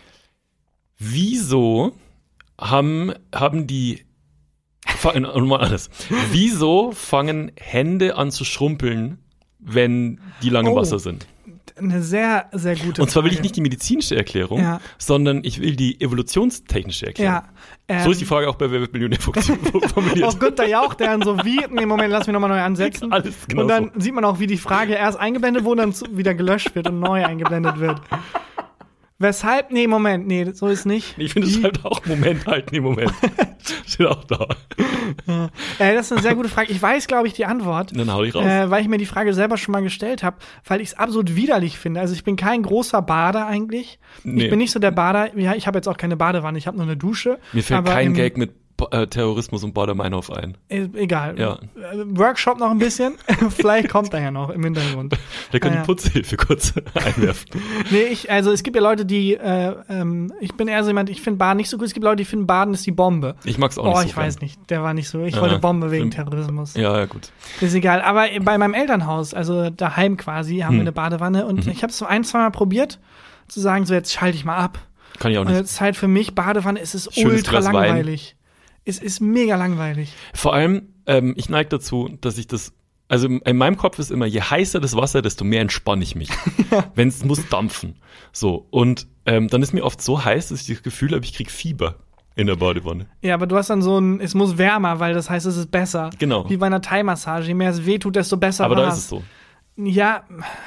wieso haben, haben die fa- äh, nochmal alles. Wieso fangen Hände an zu schrumpeln, wenn die lang im Oh. Wasser sind? Eine sehr, sehr gute Und zwar will ich Frage. nicht die medizinische Erklärung, Ja. sondern ich will die evolutionstechnische Erklärung. Ja. Ähm, So ist die Frage auch bei Wer wird Millionär formuliert. Auch Günther Jauch, der dann so wie, nee, Moment, lass mich nochmal neu ansetzen. Alles genau Und dann so. sieht man auch, wie die Frage erst eingeblendet wurde und dann zu- wieder gelöscht wird und neu eingeblendet wird. Weshalb? Nee, Moment, nee, so ist nicht. Ich finde es halt auch, Moment, halt, nee, Moment. Steht auch da. Äh, das ist eine sehr gute Frage. Ich weiß, glaube ich, die Antwort. Dann hau ich raus. Äh, weil ich mir die Frage selber schon mal gestellt habe, weil ich es absolut widerlich finde. Also ich bin kein großer Bader eigentlich. Nee. Ich bin nicht so der Bader. Ja, ich habe jetzt auch keine Badewanne, ich habe nur eine Dusche. Mir fällt aber kein im- Gag mit äh, Terrorismus und Bader-Meinhof ein. Äh, egal. Ja. Äh, Workshop noch ein bisschen. Vielleicht kommt er ja noch im Hintergrund. Der kann Ah, ja. die Putzhilfe kurz einwerfen. Nee, ich, also es gibt ja Leute, die, äh, ähm, ich bin eher so jemand, ich finde Baden nicht so gut. Es gibt Leute, die finden Baden ist die Bombe. Ich mag's auch Oh, nicht so ich weiß gern. nicht. Der war nicht so. Ich Ja. wollte Bombe wegen Hm. Terrorismus. Ja, ja, gut. Ist egal. Aber bei meinem Elternhaus, also daheim quasi, haben Hm. wir eine Badewanne und ich habe es so ein, zwei Mal probiert, zu sagen, so jetzt schalte ich mal ab. Kann ich auch Und nicht. jetzt ist halt für mich Badewanne, es ist Schönes ultra Glas Wein. langweilig. Es ist mega langweilig. Vor allem, ähm, ich neige dazu, dass ich das, also in meinem Kopf ist immer, je heißer das Wasser, desto mehr entspanne ich mich. Wenn es muss dampfen. So, und ähm, dann ist mir oft so heiß, dass ich das Gefühl habe, ich krieg Fieber in der Badewanne. Ja, aber du hast dann so ein, es muss wärmer, weil das heißt, es ist besser. Genau. Wie bei einer Thai-Massage. Je mehr es wehtut, desto besser Aber war's. da ist es so. Ja,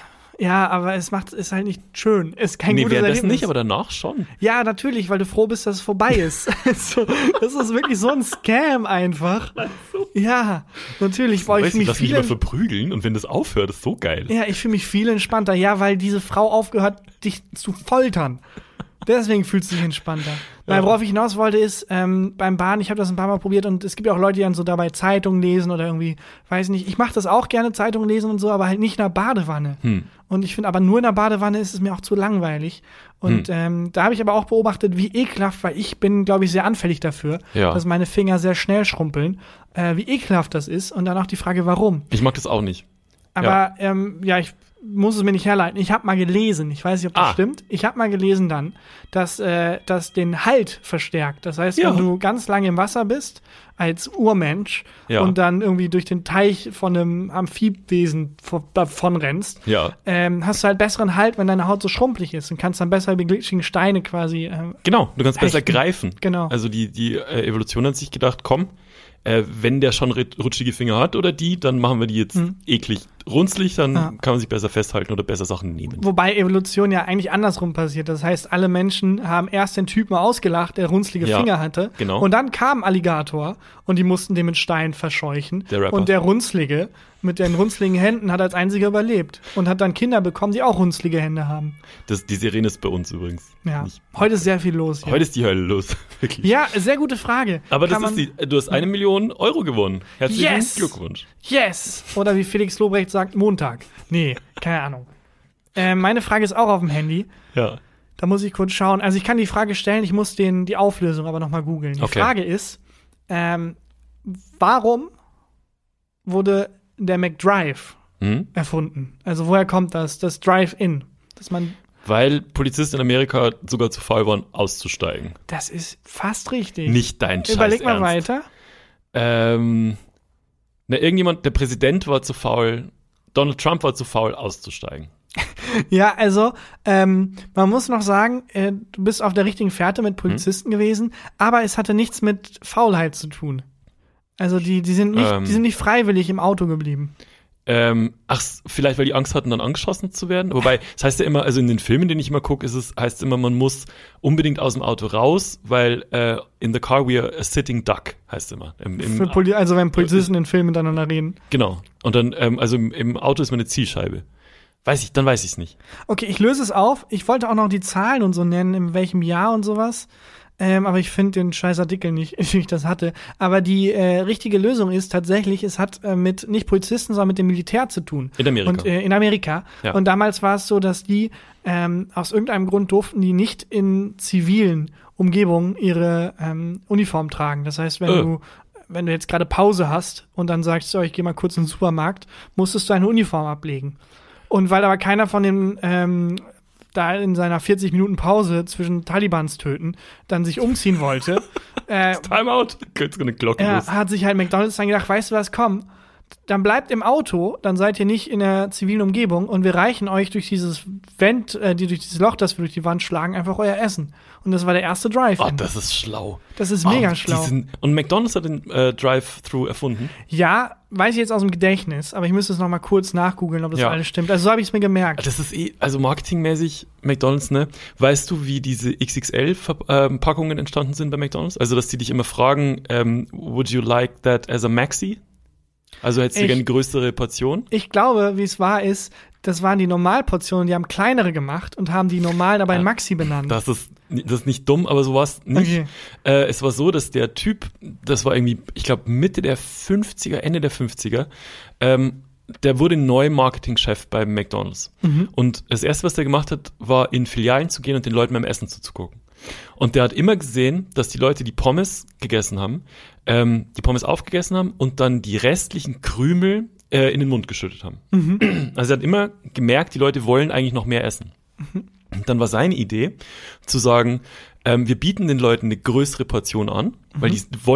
ja, aber es macht, ist halt nicht schön. Ist kein Nee, gutes währenddessen Erlebnis. nicht, aber danach schon. Ja, natürlich, weil du froh bist, dass es vorbei ist. so, das ist wirklich so ein Scam einfach. Ja, natürlich. Boah, ich Weißt du, fühle mich lass mich viel immer verprügeln und wenn das aufhört, ist so geil. Ja, ich fühle mich viel entspannter. Ja, weil diese Frau aufgehört, dich zu foltern. Deswegen fühlst du dich entspannter. Ja. Nein, worauf ich hinaus wollte, ist, ähm, beim Baden, ich habe das ein paar Mal probiert und es gibt ja auch Leute, die dann so dabei Zeitungen lesen oder irgendwie, weiß nicht, ich mache das auch gerne, Zeitungen lesen und so, aber halt nicht in der Badewanne. Hm. Und ich finde, aber nur in der Badewanne ist es mir auch zu langweilig. Und hm. ähm, da habe ich aber auch beobachtet, wie ekelhaft, weil ich bin, glaube ich, sehr anfällig dafür, ja. dass meine Finger sehr schnell schrumpeln, äh, wie ekelhaft das ist und dann auch die Frage, warum. Ich mag das auch nicht. Aber ja, ähm, ja ich muss es mir nicht herleiten. Ich habe mal gelesen, ich weiß nicht, ob das ah. stimmt, ich habe mal gelesen dann, dass äh, das den Halt verstärkt. Das heißt, ja. wenn du ganz lange im Wasser bist, als Urmensch, ja. und dann irgendwie durch den Teich von einem Amphibwesen davon rennst, ja. ähm, hast du halt besseren Halt, wenn deine Haut so schrumpelig ist und kannst dann besser die glitschigen Steine quasi äh, Genau, du kannst hechten. besser greifen. Genau. Also die, die äh, Evolution hat sich gedacht, komm, Äh, wenn der schon rutschige Finger hat oder die, dann machen wir die jetzt hm. eklig runzlig, dann ja. kann man sich besser festhalten oder besser Sachen nehmen. Wobei Evolution ja eigentlich andersrum passiert. Das heißt, alle Menschen haben erst den Typen ausgelacht, der runzlige ja, Finger hatte. Genau. Und dann kam Alligator und die mussten den mit Stein verscheuchen. Der Rapper. Und der Runzlige mit den runzligen Händen hat als einziger überlebt und hat dann Kinder bekommen, die auch runzlige Hände haben. Das, die Sirene ist bei uns übrigens. Ja, Nicht. heute ist sehr viel los hier. Heute ist die Hölle los, wirklich. Ja, sehr gute Frage. Aber das Kann ist die, du hast eine Million Euro gewonnen. Herzlichen yes. Glückwunsch. Yes! Oder wie Felix Lobrecht sagt, Montag. Nee, keine Ahnung. Äh, meine Frage ist auch auf dem Handy. Ja. Da muss ich kurz schauen. Also ich kann die Frage stellen, ich muss den, die Auflösung aber nochmal googeln. Die okay. Frage ist, ähm, warum wurde der McDrive hm? erfunden? Also woher kommt das, das Drive-In? Dass man Weil Polizisten in Amerika sogar zu faul waren, auszusteigen. Das ist fast richtig. Nicht dein Scheiß Überleg mal Ernst. weiter. Ähm, na, irgendjemand, der Präsident war zu faul, Donald Trump war zu faul, auszusteigen. Ja, also ähm, man muss noch sagen, äh, du bist auf der richtigen Fährte mit Polizisten hm? gewesen, aber es hatte nichts mit Faulheit zu tun. Also die, die sind nicht, ähm, die sind nicht freiwillig im Auto geblieben. Ähm, ach, vielleicht weil die Angst hatten, dann angeschossen zu werden. Wobei, das heißt ja immer, also in den Filmen, den ich immer gucke, ist es, heißt es immer, man muss unbedingt aus dem Auto raus, weil äh, in the car we are a sitting duck, heißt es immer. Im, im, Für Poli- also wenn Polizisten äh, in Filmen miteinander reden. Genau. Und dann, ähm, also im, im Auto ist man eine Zielscheibe. Weiß ich, dann weiß ich es nicht. Okay, ich löse es auf. Ich wollte auch noch die Zahlen und so nennen, in welchem Jahr und sowas. Ähm, aber ich finde den scheiß Artikel nicht, wie ich das hatte. Aber die äh, richtige Lösung ist tatsächlich, es hat äh, mit nicht Polizisten, sondern mit dem Militär zu tun. In Amerika. Und, äh, in Amerika. Ja. Und damals war es so, dass die ähm, aus irgendeinem Grund durften die nicht in zivilen Umgebungen ihre ähm, Uniform tragen. Das heißt, wenn äh. du wenn du jetzt gerade Pause hast und dann sagst, so, ich gehe mal kurz in den Supermarkt, musstest du eine Uniform ablegen. Und weil aber keiner von den ähm, da in seiner vierzig Minuten Pause zwischen Talibans töten, dann sich umziehen wollte. äh, Timeout. Könntest du eine Glocke ja, los. hat sich halt McDonald's dann gedacht, weißt du was, komm, dann bleibt im Auto, dann seid ihr nicht in der zivilen Umgebung und wir reichen euch durch dieses Vent, äh, die durch dieses Loch, das wir durch die Wand schlagen, einfach euer Essen. Und das war der erste Drive-In. Oh, das ist schlau. Das ist mega oh, schlau. Diesen, und McDonald's hat den äh, Drive-Thru erfunden? Ja, weiß ich jetzt aus dem Gedächtnis, aber ich müsste es noch mal kurz nachgoogeln, ob das ja. alles stimmt. Also so habe ich es mir gemerkt. Das ist eh, also marketingmäßig McDonald's, ne? Weißt du, wie diese X X L-Packungen entstanden sind bei McDonald's? Also, dass die dich immer fragen, ähm, would you like that as a Maxi? Also hättest du ich, gerne eine größere Portion? Ich glaube, wie es war, ist, das waren die Normalportionen, die haben kleinere gemacht und haben die normalen aber ja, in Maxi benannt. Das ist, das ist nicht dumm, aber so war es nicht. Okay. Äh, es war so, dass der Typ, das war irgendwie, ich glaube Mitte der fünfziger, Ende der fünfziger, ähm, der wurde neu Marketingchef bei McDonald's. Mhm. Und das Erste, was der gemacht hat, war in Filialen zu gehen und den Leuten beim Essen zuzugucken. Und der hat immer gesehen, dass die Leute, die Pommes gegessen haben, ähm, die Pommes aufgegessen haben und dann die restlichen Krümel äh, in den Mund geschüttet haben. Mhm. Also er hat immer gemerkt, die Leute wollen eigentlich noch mehr essen. Mhm. Dann war seine Idee, zu sagen, ähm, wir bieten den Leuten eine größere Portion an, mhm. weil die wollen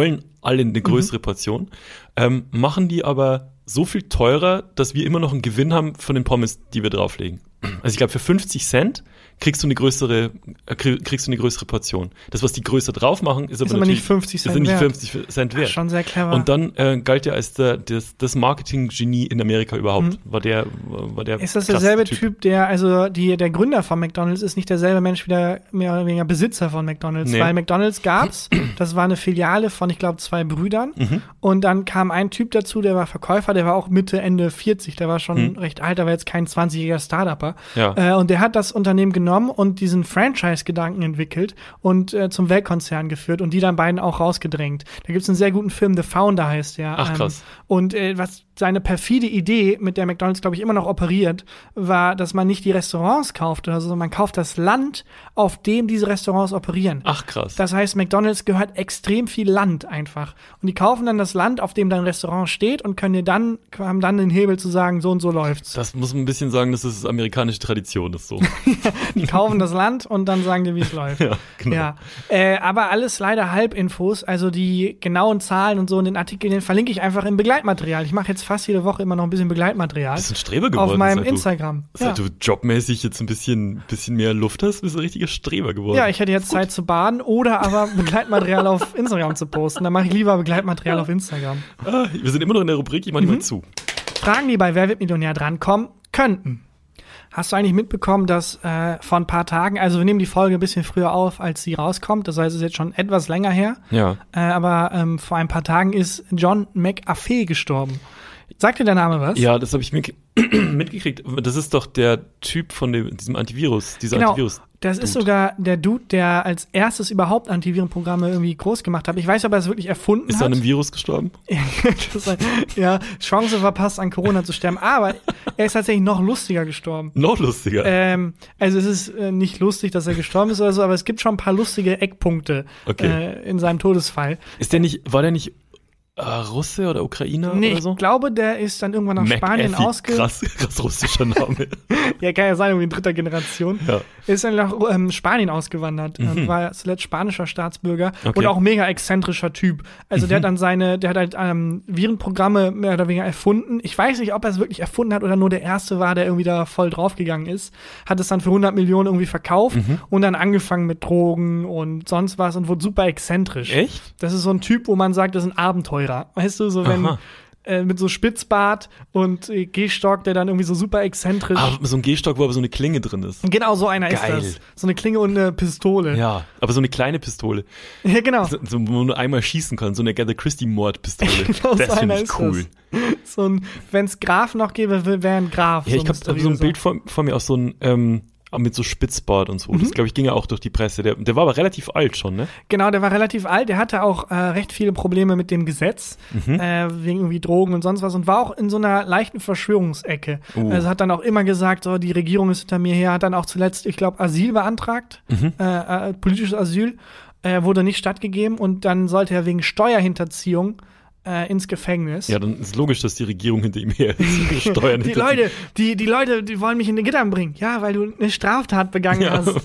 alle eine größere Mhm. Portion, ähm, machen die aber so viel teurer, dass wir immer noch einen Gewinn haben von den Pommes, die wir drauflegen. Also ich glaube, für fünfzig Cent kriegst du eine größere, äh, kriegst du eine größere Portion. Das, was die größer drauf machen, ist aber, Ist aber natürlich nicht fünfzig Cent ist nicht wert. fünfzig Cent wert. Ach, schon sehr clever. Und dann äh, galt er als der, das, das Marketing-Genie in Amerika überhaupt. War der, war der Ist das krasseste derselbe typ. der, also die, der Gründer von McDonald's ist nicht derselbe Mensch wie der mehr oder weniger Besitzer von McDonald's, Nee. weil McDonald's gab's, das war eine Filiale von, ich glaube, zwei Brüdern Mhm. und dann kam ein Typ dazu, der war Verkäufer, der war auch Mitte, Ende vierzig, der war schon Mhm. recht alt, der war jetzt kein zwanzigjähriger Startupper. Ja. Äh, und der hat das Unternehmen genommen und diesen Franchise-Gedanken entwickelt und äh, zum Weltkonzern geführt und die dann beiden auch rausgedrängt. Da gibt's einen sehr guten Film, The Founder heißt der. Ach, krass. Ähm, und äh, was seine perfide Idee, mit der McDonald's, glaube ich, immer noch operiert, war, dass man nicht die Restaurants kauft oder so, sondern man kauft das Land, auf dem diese Restaurants operieren. Ach, krass. Das heißt, McDonald's gehört extrem viel Land einfach. Und die kaufen dann das Land, auf dem dein Restaurant steht und können dir dann, haben dann den Hebel zu sagen, so und so läuft's. Das muss man ein bisschen sagen, dass das amerikanische Tradition ist so. Die kaufen das Land und dann sagen dir, wie es läuft. Ja, genau. Ja, äh, aber alles leider Halbinfos, also die genauen Zahlen und so in den Artikeln, den verlinke ich einfach im Begleitmaterial. Ich mache jetzt fast jede Woche immer noch ein bisschen Begleitmaterial. Bist du ein Streber geworden? Auf meinem seit du, Instagram. Seit Ja. du jobmäßig jetzt ein bisschen, bisschen mehr Luft hast, bist du ein richtiger Streber geworden. Ja, ich hätte jetzt Zeit zu baden oder aber Begleitmaterial auf Instagram zu posten. Dann mache ich lieber Begleitmaterial auf Instagram. Ah, wir sind immer noch in der Rubrik, ich mach die Mhm. mal zu. Fragen, die bei Wer wird Millionär drankommen könnten. Hast du eigentlich mitbekommen, dass äh, vor ein paar Tagen, also wir nehmen die Folge ein bisschen früher auf, als sie rauskommt, das heißt, es ist jetzt schon etwas länger her, Ja. äh, aber ähm, vor ein paar Tagen ist John McAfee gestorben. Sagt dir der Name was? Ja, das habe ich mit, mitgekriegt. Das ist doch der Typ von dem, diesem Antivirus, dieser Genau, Antivirus. das ist Dude. sogar der Dude, der als erstes überhaupt Antivirenprogramme irgendwie groß gemacht hat. Ich weiß, ob er es wirklich erfunden Ist er hat. an einem Virus gestorben? Das ist, ja, Chance verpasst, an Corona zu sterben. Aber er ist tatsächlich noch lustiger gestorben. Noch lustiger. Ähm, also es ist äh, nicht lustig, dass er gestorben ist oder so, aber es gibt schon ein paar lustige Eckpunkte Okay. äh, in seinem Todesfall. Ist der nicht, war der nicht äh, Russe oder Ukrainer Nee, oder so? ich glaube, der ist dann irgendwann nach Spanien McAfee, ausge... krass, krass russischer Name. Ja, kann ja sein, irgendwie in dritter Generation. Ja. Ist dann nach ähm, Spanien ausgewandert und Mhm. war zuletzt spanischer Staatsbürger Okay. und auch mega exzentrischer Typ. Also der Mhm. hat dann seine, der hat halt ähm, Virenprogramme mehr oder weniger erfunden. Ich weiß nicht, ob er es wirklich erfunden hat oder nur der Erste war, der irgendwie da voll draufgegangen ist. Hat es dann für hundert Millionen irgendwie verkauft Mhm. und dann angefangen mit Drogen und sonst was und wurde super exzentrisch. Echt? Das ist so ein Typ, wo man sagt, das ist ein Abenteurer. Weißt du, so wenn Aha. äh, mit so Spitzbart und äh, Gehstock, der dann irgendwie so super exzentrisch. Ah, so ein Gehstock, wo aber so eine Klinge drin ist. Genau, so einer Geil. ist das. So eine Klinge und eine Pistole. Ja, aber so eine kleine Pistole. Ja, genau. So, so, wo man nur einmal schießen kann, so eine Agatha Christie-Mordpistole. Genau, das so finde einer ich ist cool. das. So ein, wenn es Graf noch gäbe, wäre ein Graf. Ja, ich so habe hab so ein mysteriöser. Bild vor, vor mir, auch so ein, ähm, mit so Spitzbart und so. Mhm. Das, glaube ich, ging ja auch durch die Presse. Der, der war aber relativ alt schon, ne? Genau, der war relativ alt. Der hatte auch äh, recht viele Probleme mit dem Gesetz, Mhm. äh, wegen irgendwie Drogen und sonst was und war auch in so einer leichten Verschwörungsecke. Uh. Also hat dann auch immer gesagt, so, die Regierung ist hinter mir her, hat dann auch zuletzt, ich glaube, Asyl beantragt, Mhm. äh, äh, politisches Asyl, äh, wurde nicht stattgegeben und dann sollte er wegen Steuerhinterziehung äh, ins Gefängnis. Ja, dann ist logisch, dass die Regierung hinter ihm her ist. Steuern Die hinter Leute, die, die Leute, die wollen mich in die Gittern bringen. Ja, weil du eine Straftat begangen Ja. hast.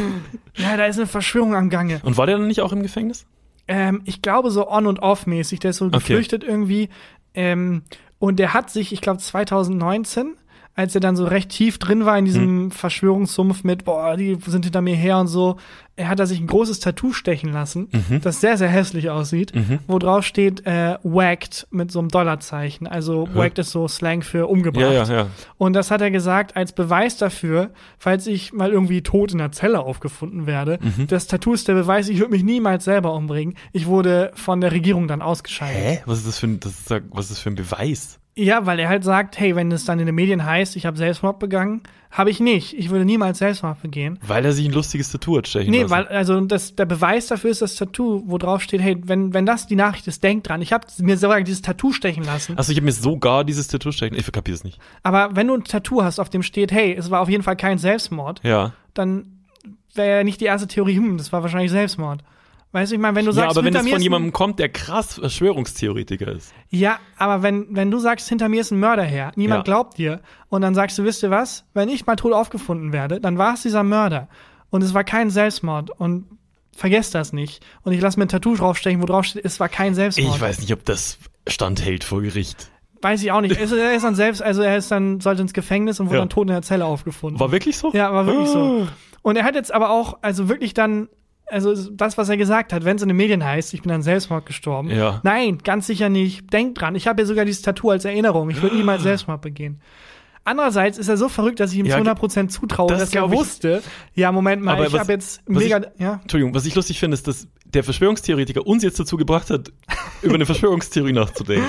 Ja, da ist eine Verschwörung am Gange. Und war der dann nicht auch im Gefängnis? Ähm, ich glaube so on- und off-mäßig. Der ist so Okay. geflüchtet irgendwie. Ähm, und der hat sich, ich glaube zwanzig neunzehn, als er dann so recht tief drin war in diesem Verschwörungssumpf mit, boah, die sind hinter mir her und so, er hat da sich ein großes Tattoo stechen lassen, Mhm. das sehr, sehr hässlich aussieht, Mhm. wo drauf steht, äh, whacked mit so einem Dollarzeichen. Also Hä? whacked ist so Slang für umgebracht. Ja, ja, ja. Und das hat er gesagt als Beweis dafür, falls ich mal irgendwie tot in der Zelle aufgefunden werde. Mhm. Das Tattoo ist der Beweis, ich würde mich niemals selber umbringen. Ich wurde von der Regierung dann ausgeschaltet. Hä? Was ist das für ein, das ist, was ist das für ein Beweis? Ja, weil er halt sagt, hey, wenn es dann in den Medien heißt, ich habe Selbstmord begangen, habe ich nicht. Ich würde niemals Selbstmord begehen. Weil er sich ein lustiges Tattoo hat stechen Nee, lassen. weil, also das, der Beweis dafür ist das Tattoo, wo drauf steht, hey, wenn, wenn das die Nachricht ist, denk dran. Ich habe mir sogar dieses Tattoo stechen lassen. Achso, ich habe mir sogar dieses Tattoo stechen. Ich kapiere es nicht. Aber wenn du ein Tattoo hast, auf dem steht, hey, es war auf jeden Fall kein Selbstmord, Ja. dann wäre ja nicht die erste Theorie, hm, das war wahrscheinlich Selbstmord. Weißt du, ich meine, wenn du Ja, sagst, aber wenn hinter das mir von ist ein- jemandem kommt, der krass Verschwörungstheoretiker ist. Ja, aber wenn, wenn du sagst, hinter mir ist ein Mörder her, niemand Ja. glaubt dir, und dann sagst du, wisst ihr was, wenn ich mal tot aufgefunden werde, dann war es dieser Mörder. Und es war kein Selbstmord. Und vergesst das nicht. Und ich lasse mir ein Tattoo draufstechen, wo drauf steht, es war kein Selbstmord. Ich weiß nicht, ob das standhält vor Gericht. Weiß ich auch nicht. Also er ist dann selbst, also er ist dann, sollte ins Gefängnis und wurde Ja. dann tot in der Zelle aufgefunden. War wirklich so? Ja, war wirklich Ah. so. Und er hat jetzt aber auch, also wirklich dann, also das, was er gesagt hat, wenn es in den Medien heißt, ich bin an Selbstmord gestorben. Ja. Nein, ganz sicher nicht. Denkt dran, ich habe ja sogar dieses Tattoo als Erinnerung. Ich würde niemals Selbstmord begehen. Andererseits ist er so verrückt, dass ich ihm Ja, zu hundert Prozent zutraue, das dass er glaub ich. wusste, ja, Moment mal, Aber ich was- habe jetzt was mega, ich- ja. Entschuldigung, was ich lustig finde, ist, dass der Verschwörungstheoretiker uns jetzt dazu gebracht hat, über eine Verschwörungstheorie nachzudenken.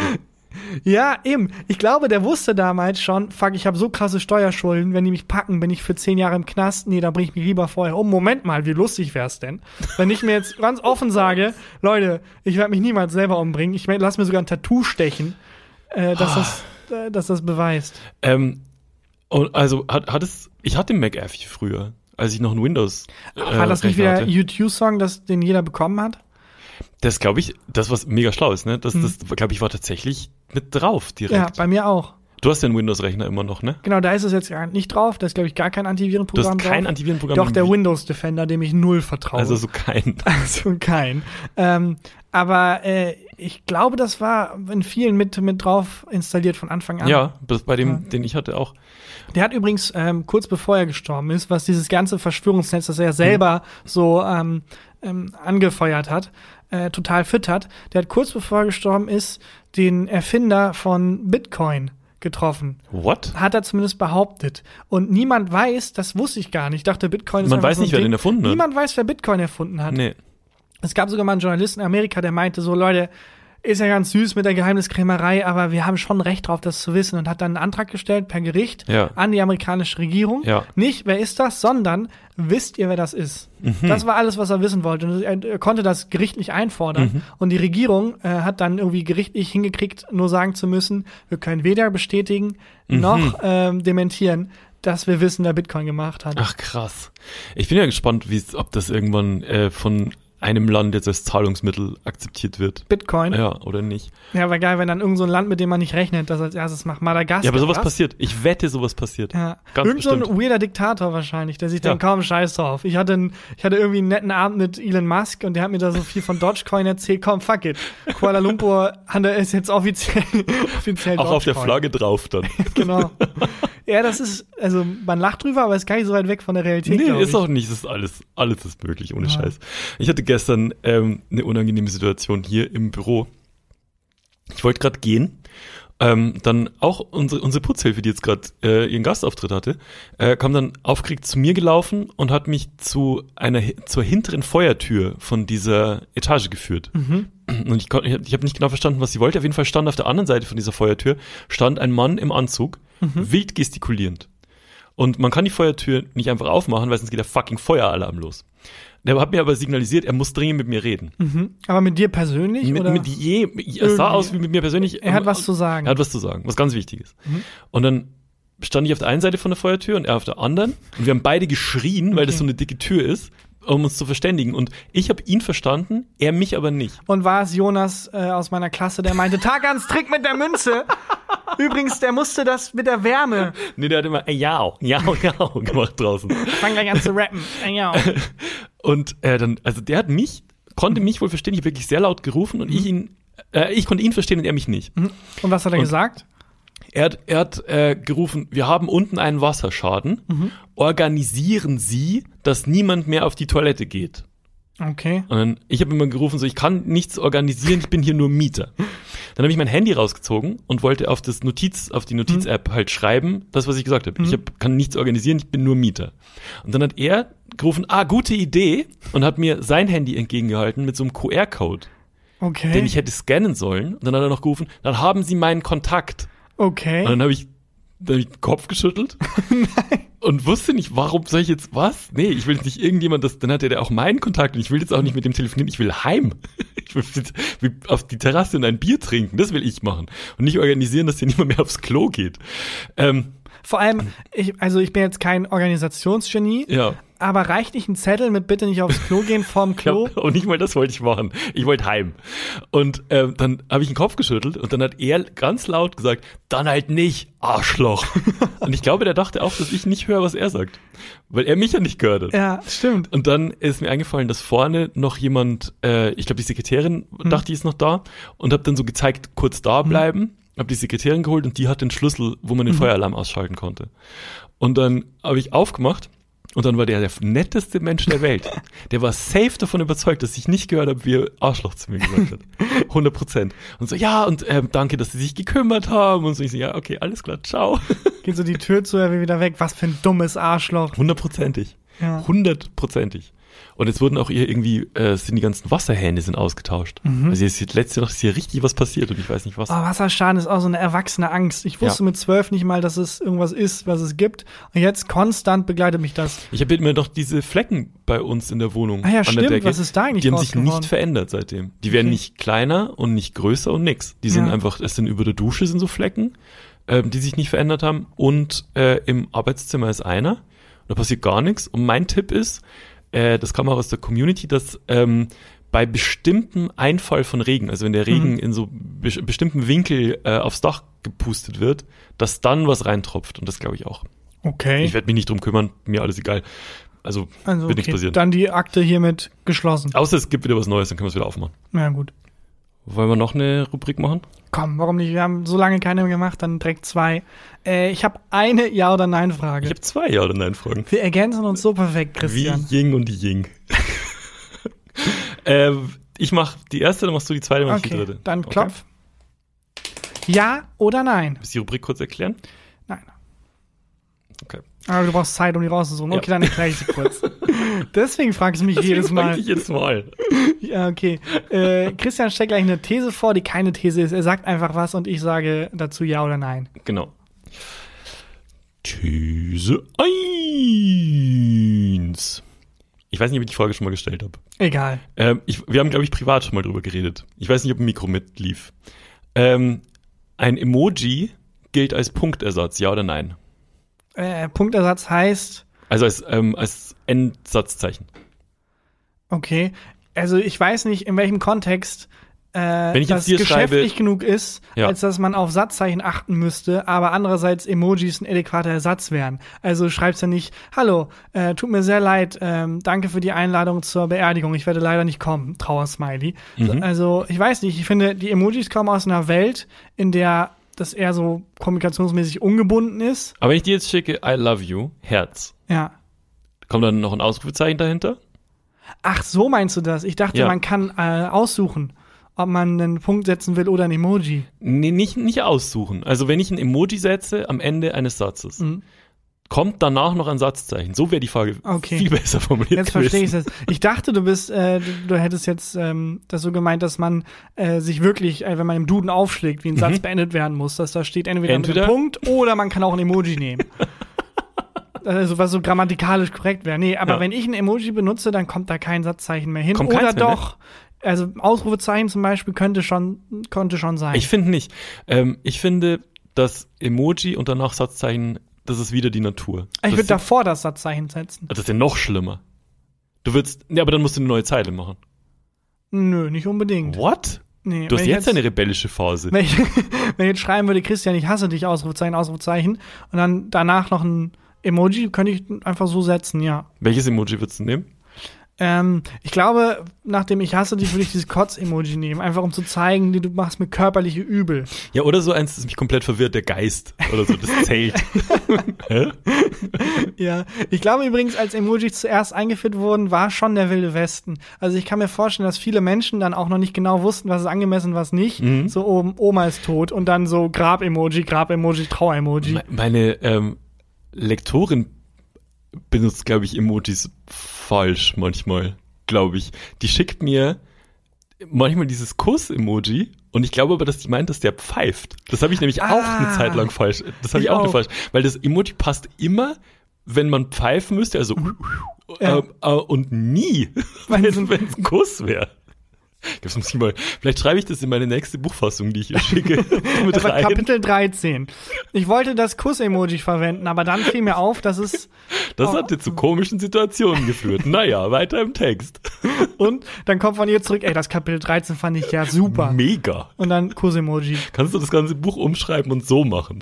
Ja, eben. Ich glaube, der wusste damals schon, fuck, ich habe so krasse Steuerschulden, wenn die mich packen, bin ich für zehn Jahre im Knast. Nee, da bringe ich mich lieber vorher um. Moment mal, wie lustig wär's denn? Wenn ich mir jetzt ganz offen sage, Leute, ich werde mich niemals selber umbringen. Ich lass mir sogar ein Tattoo stechen, äh, dass, das, äh, dass das beweist. Ähm, und also hat, hat es, ich hatte McAfee früher, als ich noch ein Windows äh, War das nicht Rechner wieder hatte. U zwei Song, das, den jeder bekommen hat? Das glaube ich, das was mega schlau ist, ne? Das, Hm. das glaube ich war tatsächlich mit drauf direkt. Ja, bei mir auch. Du hast ja einen Windows-Rechner immer noch, ne? Genau, da ist es jetzt gar nicht drauf. Da ist, glaube ich, gar kein Du Antivirenprogramm hast kein drauf. Antivirenprogramm. Doch, der im- Windows Defender, dem ich null vertraue. Also so kein. Also kein. Ähm, aber äh, ich glaube, das war in vielen mit, mit drauf installiert von Anfang an. Ja, das bei dem, Ja. den ich hatte auch. Der hat übrigens ähm, kurz bevor er gestorben ist, was dieses ganze Verschwörungsnetz, das er ja selber so ähm, ähm, angefeuert hat, äh, total füttert. Der hat kurz bevor er gestorben ist, den Erfinder von Bitcoin getroffen. What? Hat er zumindest behauptet. Und niemand weiß, das wusste ich gar nicht. Ich dachte, Bitcoin ist Man einfach weiß so ein nicht, wer Ding. den erfunden hat. Niemand weiß, wer Bitcoin erfunden hat. Nee. Es gab sogar mal einen Journalisten in Amerika, der meinte so, Leute, ist ja ganz süß mit der Geheimniskrämerei, aber wir haben schon Recht drauf, das zu wissen, und hat dann einen Antrag gestellt per Gericht Ja. an die amerikanische Regierung. Ja. Nicht, wer ist das, sondern wisst ihr, wer das ist? Das war alles, was er wissen wollte. Und er, er konnte das gerichtlich einfordern. Mhm. Und die Regierung äh, hat dann irgendwie gerichtlich hingekriegt, nur sagen zu müssen, wir können weder bestätigen Mhm. noch ähm, dementieren, dass wir wissen, wer Bitcoin gemacht hat. Ach krass. Ich bin ja gespannt, wie es, ob das irgendwann äh, von einem Land jetzt als Zahlungsmittel akzeptiert wird. Bitcoin. Ja, Ja, oder nicht. wäre geil, wenn dann irgend so ein Land, mit dem man nicht rechnet, das als erstes macht. Madagaskar. Ja, aber sowas was? passiert. Ich wette, sowas passiert. Ja. Ganz Irgend so ein bestimmt. weirder Diktator wahrscheinlich, der sich Ja. denkt, komm, scheiß drauf. Ich hatte, einen, ich hatte irgendwie einen netten Abend mit Elon Musk und der hat mir da so viel von Dogecoin erzählt. Komm, fuck it. Kuala Lumpur ist jetzt offiziell, offiziell Auch auf der Dogecoin. Flagge drauf dann. Genau. Ja, das ist, also man lacht drüber, aber ist gar nicht so weit weg von der Realität, Nee, glaub ist ich. auch nicht. Das ist alles, alles ist möglich, ohne Ja. Scheiß. Ich hatte gestern ähm, eine unangenehme Situation hier im Büro. Ich wollte gerade gehen. Ähm, dann auch unsere, unsere Putzhilfe, die jetzt gerade äh, ihren Gastauftritt hatte, äh, kam dann aufgeregt zu mir gelaufen und hat mich zu einer zur hinteren Feuertür von dieser Etage geführt. Mhm. Und ich, kon- ich, ich habe nicht genau verstanden, was sie wollte. Auf jeden Fall stand auf der anderen Seite von dieser Feuertür stand ein Mann im Anzug, Mhm. wild gestikulierend. Und man kann die Feuertür nicht einfach aufmachen, weil sonst geht der fucking Feueralarm los. Der hat mir aber signalisiert, er muss dringend mit mir reden. Mhm. Aber mit dir persönlich? Mit, oder? mit je, es sah Irgendwie. aus wie mit mir persönlich. Er hat was zu sagen. Er hat was zu sagen, was ganz Wichtiges. Mhm. Und dann stand ich auf der einen Seite von der Feuertür und er auf der anderen. Und wir haben beide geschrien, weil Okay. das so eine dicke Tür ist, um uns zu verständigen. Und ich habe ihn verstanden, er mich aber nicht. Und war es Jonas äh, aus meiner Klasse, der meinte, Tagans Trick mit der Münze. Übrigens, der musste das mit der Wärme. Nee, der hat immer, ey, ja, ja, ja, gemacht draußen. Fang gleich an zu rappen. Ey, ja. Und äh, dann, also der hat mich, konnte mich wohl verstehen, ich habe wirklich sehr laut gerufen und ich ihn, äh, ich konnte ihn verstehen und er mich nicht. Und was hat er Und- gesagt? Er hat, er hat äh, gerufen, wir haben unten einen Wasserschaden, organisieren Sie, dass niemand mehr auf die Toilette geht. Okay. Und dann, ich habe immer gerufen, so, ich kann nichts organisieren, ich bin hier nur Mieter. Dann habe ich mein Handy rausgezogen und wollte auf das Notiz, auf die Notiz-App halt schreiben, das, was ich gesagt habe. Ich hab, kann nichts organisieren, ich bin nur Mieter. Und dann hat er gerufen, ah, gute Idee, und hat mir sein Handy entgegengehalten mit so einem Q R-Code, Okay. den ich hätte scannen sollen. Und dann hat er noch gerufen, dann haben Sie meinen Kontakt. okay. Und dann habe ich, dann hab ich den Kopf geschüttelt und wusste nicht, warum soll ich jetzt was? Nee, ich will jetzt nicht irgendjemand, das, dann hatte der auch meinen Kontakt und ich will jetzt auch nicht mit dem telefonieren, ich will heim. Ich will jetzt auf die Terrasse und ein Bier trinken, das will ich machen. Und nicht organisieren, dass hier niemand mehr aufs Klo geht. Ähm, Vor allem, ich, also ich bin jetzt kein Organisationsgenie, Ja. aber reicht nicht ein Zettel mit bitte nicht aufs Klo gehen vorm Klo? Ja, und nicht mal das wollte ich machen. Ich wollte heim. Und ähm, dann habe ich den Kopf geschüttelt und dann hat er ganz laut gesagt, dann halt nicht, Arschloch. Und ich glaube, der dachte auch, dass ich nicht höre, was er sagt. Weil er mich ja nicht gehört hat. Ja, stimmt. Und dann ist mir eingefallen, dass vorne noch jemand, äh, ich glaube die Sekretärin, hm. dachte, die ist noch da. Und habe dann so gezeigt, kurz da bleiben. Hm. Habe die Sekretärin geholt und die hat den Schlüssel, wo man den hm. Feueralarm ausschalten konnte. Und dann habe ich aufgemacht. Und dann war der der netteste Mensch der Welt. Der war safe davon überzeugt, dass ich nicht gehört habe, wie er Arschloch zu mir gesagt hat. hundert Prozent. Und so, ja, und ähm, danke, dass sie sich gekümmert haben. Und so, ich so, ja, okay, alles klar, ciao. Geht so die Tür zu, er will wieder weg. Was für ein dummes Arschloch. Hundertprozentig. Ja. Hundertprozentig. Und jetzt wurden auch ihr irgendwie, äh, sind die ganzen Wasserhähne sind ausgetauscht. Mhm. Also jetzt letzte Nacht ist hier richtig was passiert und ich weiß nicht was. Oh, Wasserschaden ist auch so eine erwachsene Angst. Ich wusste ja. mit zwölf nicht mal, dass es irgendwas ist, was es gibt. Und jetzt konstant begleitet mich das. Ich habe immer noch diese Flecken bei uns in der Wohnung. Ah ja, an stimmt. Der Decke. Was ist da eigentlich Die haben sich geworden? nicht verändert seitdem. Die werden okay. nicht kleiner und nicht größer und nix. Die sind ja. einfach, es sind über der Dusche sind so Flecken, ähm, die sich nicht verändert haben. Und äh, im Arbeitszimmer ist einer. Da passiert gar nichts. Und mein Tipp ist, äh, das kam auch aus der Community, dass ähm, bei bestimmtem Einfall von Regen, also wenn der Regen mhm. in so be- bestimmten Winkel äh, aufs Dach gepustet wird, dass dann was reintropft. Und das glaube ich auch. Okay. Ich werde mich nicht drum kümmern, mir alles egal. Also, also wird okay. nichts passieren. Dann die Akte hiermit geschlossen. Außer es gibt wieder was Neues, dann können wir es wieder aufmachen. Ja, gut. Wollen wir noch eine Rubrik machen? Komm, warum nicht? Wir haben so lange keine mehr gemacht, dann direkt zwei. Äh, ich habe eine Ja- oder Nein-Frage. Ich habe zwei Ja- oder Nein-Fragen. Wir ergänzen uns so perfekt, Christian. Wie Ying und die Ying. äh, ich mach die erste, dann machst du die zweite, dann mach ich okay, die dritte. Dann klopf. Okay. Ja oder nein? Willst du die Rubrik kurz erklären? Nein. Okay. Aber du brauchst Zeit, um die rauszusuchen. Okay, ja. Dann erkläre ich sie kurz. Deswegen fragst du mich Deswegen jedes Mal. Frag ich jedes Mal. Ja, okay. Äh, Christian stellt gleich eine These vor, die keine These ist. Er sagt einfach was und ich sage dazu Ja oder Nein. Genau. These eins. Ich weiß nicht, ob ich die Frage schon mal gestellt habe. Egal. Ähm, ich, wir haben, glaube ich, privat schon mal drüber geredet. Ich weiß nicht, ob ein Mikro mitlief. Ähm, ein Emoji gilt als Punktersatz, ja oder nein? Äh, Punktersatz heißt? Also als, ähm, als Endsatzzeichen. Okay. Also ich weiß nicht, in welchem Kontext äh, Wenn ich das jetzt dir geschäftlich schreibe, genug ist, ja. als dass man auf Satzzeichen achten müsste, aber andererseits Emojis ein adäquater Ersatz wären. Also schreibst ja nicht, hallo, äh, tut mir sehr leid, ähm, danke für die Einladung zur Beerdigung, ich werde leider nicht kommen, Trauersmiley. Mhm. Also ich weiß nicht, ich finde, die Emojis kommen aus einer Welt, in der das eher so kommunikationsmäßig ungebunden ist. Aber wenn ich dir jetzt schicke, I love you, Herz, ja. kommt dann noch ein Ausrufezeichen dahinter? Ach, so meinst du das? Ich dachte, ja. man kann äh, aussuchen, ob man einen Punkt setzen will oder ein Emoji. Nee, nicht, nicht aussuchen. Also wenn ich ein Emoji setze am Ende eines Satzes, mhm. kommt danach noch ein Satzzeichen. So wäre die Frage okay. viel besser formuliert Jetzt gewesen. verstehe ich es. Ich dachte, du bist, äh, du, du hättest jetzt ähm, das so gemeint, dass man äh, sich wirklich, äh, wenn man im Duden aufschlägt, wie ein mhm. Satz beendet werden muss, dass da steht entweder, entweder? mit einem Punkt oder man kann auch ein Emoji nehmen. Also was so grammatikalisch korrekt wäre. Nee, aber ja. wenn ich ein Emoji benutze, dann kommt da kein Satzzeichen mehr hin. Kommt Oder mehr, doch, ne? Also Ausrufezeichen zum Beispiel könnte schon, konnte schon sein. Ich finde nicht. Ähm, ich finde, dass Emoji und danach Satzzeichen, das ist wieder die Natur. Ich würde davor das Satzzeichen setzen. Das ist ja noch schlimmer. Du würdest, ja, aber dann musst du eine neue Zeile machen. Nö, nicht unbedingt. What? Nee, du hast jetzt, jetzt eine rebellische Phase. Wenn ich, wenn ich jetzt schreiben würde, Christian, ich hasse dich, Ausrufezeichen, Ausrufezeichen, und dann danach noch ein Emoji, könnte ich einfach so setzen, ja. Welches Emoji würdest du nehmen? Ähm, ich glaube, nachdem ich hasse dich, würde ich dieses Kotz-Emoji nehmen, einfach um zu zeigen, du machst mir körperliche Übel. Ja, oder so eins, das mich komplett verwirrt, der Geist oder so, das zählt. Hä? Ja, ich glaube übrigens, als Emojis zuerst eingeführt wurden, war schon der Wilde Westen. Also ich kann mir vorstellen, dass viele Menschen dann auch noch nicht genau wussten, was ist angemessen, was nicht. Mhm. So oben, Oma ist tot und dann so Grab-Emoji, Grab-Emoji, Trauer-Emoji. Meine ähm, Lektorin benutzt, glaube ich, Emojis falsch manchmal, glaube ich. Die schickt mir manchmal dieses Kuss-Emoji und ich glaube aber, dass die meint, dass der pfeift. Das habe ich nämlich ah, auch eine Zeit lang falsch. Das habe ich, ich auch, auch falsch. Weil das Emoji passt immer, wenn man pfeifen müsste, also ja. äh, äh, und nie, wenn es ein Kuss wäre. Das muss ich mal, vielleicht schreibe ich das in meine nächste Buchfassung, die ich hier schicke. Mit Das war rein. Kapitel dreizehn. Ich wollte das Kuss-Emoji verwenden, aber dann fiel mir auf, dass es... Das oh, hat dir zu komischen Situationen geführt. Naja, weiter im Text. Und dann kommt von ihr zurück, ey, das Kapitel dreizehn fand ich ja super. Mega. Und dann Kuss-Emoji. Kannst du das ganze Buch umschreiben und so machen?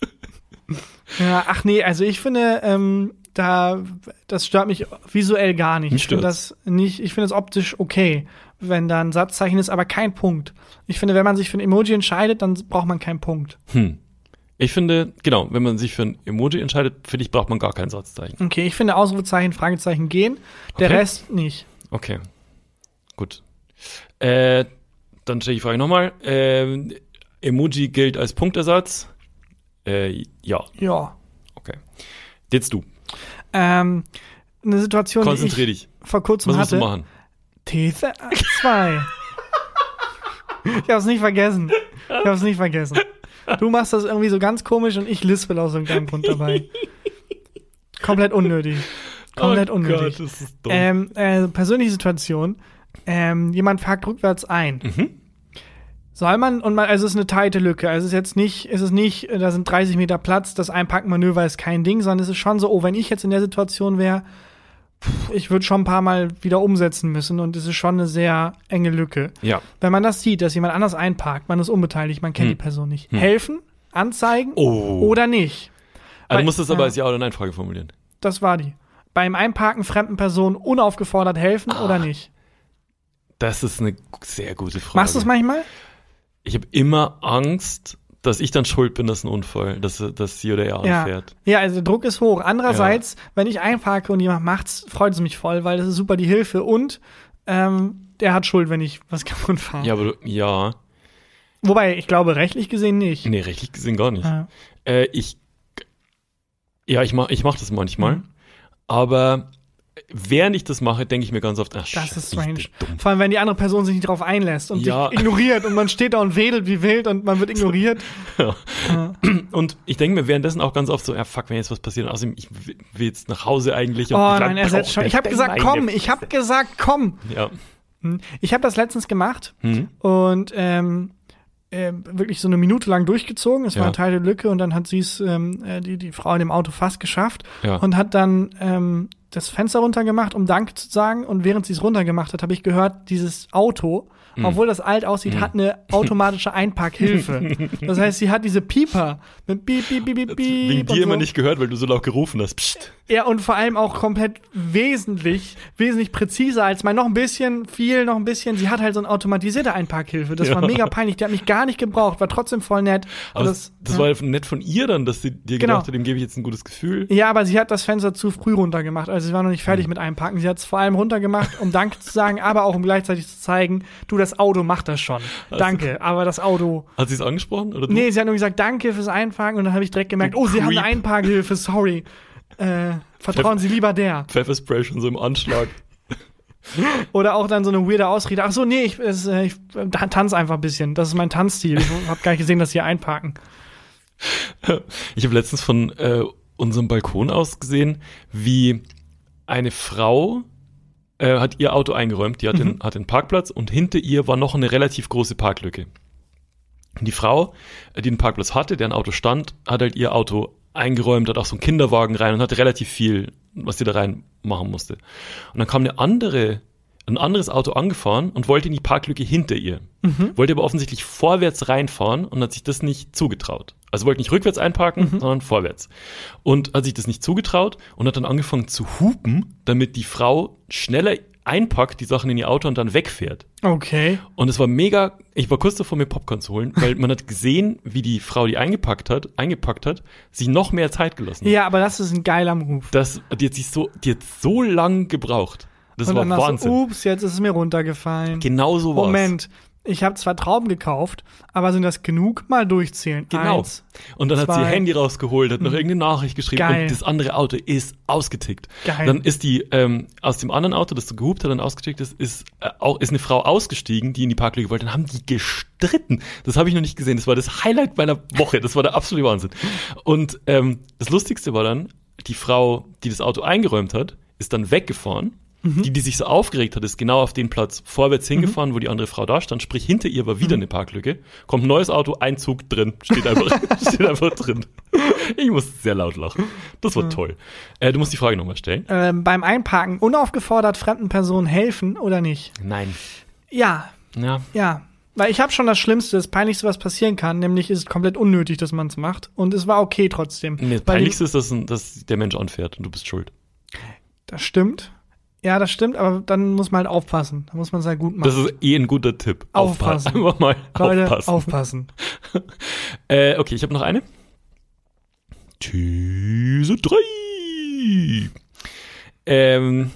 Ja, ach nee, also ich finde, ähm, da, das stört mich visuell gar nicht. Mich Ich finde das nicht, ich finde das optisch okay, wenn da ein Satzzeichen ist, aber kein Punkt. Ich finde, wenn man sich für ein Emoji entscheidet, dann braucht man keinen Punkt. Hm. Ich finde, genau, wenn man sich für ein Emoji entscheidet, finde ich, braucht man gar kein Satzzeichen. Okay, ich finde Ausrufezeichen, Fragezeichen gehen, der Okay. Rest nicht. Okay, gut. Äh, dann stelle ich die Frage nochmal. Ähm, Emoji gilt als Punktersatz? Äh, ja, Ja. okay. Jetzt du. Ähm, eine Situation, die Konzentrier ich dich. vor kurzem Was musst du hatte. machen? These zwei. Ich hab's nicht vergessen. Ich hab's nicht vergessen. Du machst das irgendwie so ganz komisch und ich lispel aus irgendeinem Grund dabei. Komplett unnötig. Komplett oh unnötig. Gott, das ist dumm. Ähm, äh, persönliche Situation. Ähm, jemand parkt rückwärts ein. Mhm. Soll man, und man, also es ist eine teite Lücke. Also es ist jetzt nicht, es ist nicht, da sind dreißig Meter Platz, das Einparkmanöver ist kein Ding, sondern es ist schon so, oh, wenn ich jetzt in der Situation wäre, ich würde schon ein paar Mal wieder umsetzen müssen und es ist schon eine sehr enge Lücke. Ja. Wenn man das sieht, dass jemand anders einparkt, man ist unbeteiligt, man kennt Hm. die Person nicht. Hm. Helfen, anzeigen Oh. oder nicht. Also Weil- du musst das aber ja. als Ja- oder Nein-Frage formulieren. Das war die. Beim Einparken fremden Personen unaufgefordert helfen Ah. oder nicht. Das ist eine sehr gute Frage. Machst du es manchmal? Ich habe immer Angst, dass ich dann schuld bin, dass ein Unfall, dass, dass sie oder er Ja. anfährt. Ja, also der Druck ist hoch. Andererseits, wenn ich einparke und jemand macht's, freut es mich voll, weil das ist super die Hilfe und ähm, der hat Schuld, wenn ich was kaputt fahre. Ja, aber du, ja. Wobei, ich glaube, rechtlich gesehen nicht. Nee, rechtlich gesehen gar nicht. Ja. Äh, ich, ja, ich mach, ich mach das manchmal, Mhm. aber während ich das mache, denke ich mir ganz oft, ach, Das Scheiße, ist bin ich strange. dumm. Vor allem, wenn die andere Person sich nicht drauf einlässt und Ja. dich ignoriert und man steht da und wedelt wie wild und man wird ignoriert. Ja. Ja. Und ich denke mir währenddessen auch ganz oft so, ja, fuck, wenn jetzt was passiert, außerdem, ich will jetzt nach Hause eigentlich. Und Oh wie lang nein, er setzt braucht schon. der Ich habe denn gesagt, meine komm. Ich habe gesagt, komm. Ja. Hm. Ich habe das letztens gemacht Hm. und ähm, äh, wirklich so eine Minute lang durchgezogen. Es war Ja. eine Teil der Lücke und dann hat sie es, ähm, äh, die, die Frau in dem Auto fast geschafft Ja. und hat dann ähm, das Fenster runtergemacht, um Danke zu sagen. Und während sie es runtergemacht hat, habe ich gehört, dieses Auto, Mhm. obwohl das alt aussieht, Mhm. hat eine automatische Einparkhilfe. Das heißt, sie hat diese Pieper mit Piep, Piep, Piep, Piep, Piep. Wegen und dir so. immer nicht gehört, weil du so laut gerufen hast. Psst. Ja, und vor allem auch komplett wesentlich, wesentlich präziser als mein, noch ein bisschen, viel, noch ein bisschen. Sie hat halt so eine automatisierte Einparkhilfe. Das Ja. war mega peinlich. Die hat mich gar nicht gebraucht, war trotzdem voll nett. Aber Und das, das ja. war nett von ihr dann, dass sie dir Genau. gedacht hat, dem gebe ich jetzt ein gutes Gefühl. Ja, aber sie hat das Fenster zu früh runtergemacht. Also sie war noch nicht fertig mit Einparken. Sie hat es vor allem runtergemacht, um Danke zu sagen, aber auch um gleichzeitig zu zeigen, du, das Auto macht das schon. Danke, aber das Auto. Hat sie es angesprochen? Oder du? Nee, sie hat nur gesagt, danke fürs Einparken und dann habe ich direkt gemerkt, Du oh, sie haben eine Creep. Einparkhilfe, sorry. Äh, vertrauen Sie lieber der. Pfefferspray schon so im Anschlag. Oder auch dann so eine weirde Ausrede. Ach so, nee, ich, es, äh, ich äh, tanze einfach ein bisschen. Das ist mein Tanzstil. Ich habe gar nicht gesehen, dass sie einparken. Ich habe letztens von äh, unserem Balkon aus gesehen, wie eine Frau äh, hat ihr Auto eingeräumt, die hat, den, hat den Parkplatz und hinter ihr war noch eine relativ große Parklücke. Und die Frau, äh, die den Parkplatz hatte, deren Auto stand, hat halt ihr Auto eingeräumt, hat auch so einen Kinderwagen rein und hatte relativ viel, was sie da rein machen musste. Und dann kam eine andere, ein anderes Auto angefahren und wollte in die Parklücke hinter ihr. Mhm. Wollte aber offensichtlich vorwärts reinfahren und hat sich das nicht zugetraut. Also wollte nicht rückwärts einparken, Mhm. sondern vorwärts. Und hat sich das nicht zugetraut und hat dann angefangen zu hupen, damit die Frau schneller einpackt, die Sachen in ihr Auto und dann wegfährt. Okay. Und es war mega, ich war kurz davor, mir Popcorn zu holen, weil man hat gesehen, wie die Frau, die eingepackt hat, eingepackt hat, sich noch mehr Zeit gelassen hat. Ja, aber das ist ein geiler Move. Das, die hat sich so, die hat so lang gebraucht. Das und war dann hast Wahnsinn. du, ups, jetzt ist es mir runtergefallen. Genau so war's. Moment, ich habe zwar Trauben gekauft, aber sind das genug? Mal durchzählen. Genau. Eins. Und dann hat sie ihr zwei. Handy rausgeholt, hat noch irgendeine Nachricht geschrieben Geil. und das andere Auto ist ausgetickt. Geil. Dann ist die ähm, aus dem anderen Auto, das so gehupt hat und ausgetickt ist, ist, äh, auch, ist eine Frau ausgestiegen, die in die Parklücke wollte. Dann haben die gestritten. Das habe ich noch nicht gesehen. Das war das Highlight meiner Woche. Das war der absolute Wahnsinn. Und ähm, das Lustigste war dann, die Frau, die das Auto eingeräumt hat, ist dann weggefahren Mhm. Die, die sich so aufgeregt hat, ist genau auf den Platz vorwärts hingefahren, mhm. wo die andere Frau da stand. Sprich, hinter ihr war wieder mhm. eine Parklücke. Kommt ein neues Auto, ein Zug drin. Steht einfach, steht einfach drin. Ich muss sehr laut lachen. Das war mhm. toll. Äh, du musst die Frage nochmal stellen. Ähm, beim Einparken unaufgefordert fremden Personen helfen oder nicht? Nein. Ja. Ja. Ja. Weil ich habe schon das Schlimmste, das Peinlichste, was passieren kann, nämlich ist es komplett unnötig, dass man es macht. Und es war okay trotzdem. Nee, das Peinlichste ist, dass, dass der Mensch anfährt und du bist schuld. Das stimmt. Ja, das stimmt, aber dann muss man halt aufpassen. Da muss man es halt gut machen. Das ist eh ein guter Tipp. Aufpassen. Aufpassen. Einfach mal Leute, aufpassen. aufpassen. äh, okay, ich habe noch eine. These drei. Ähm,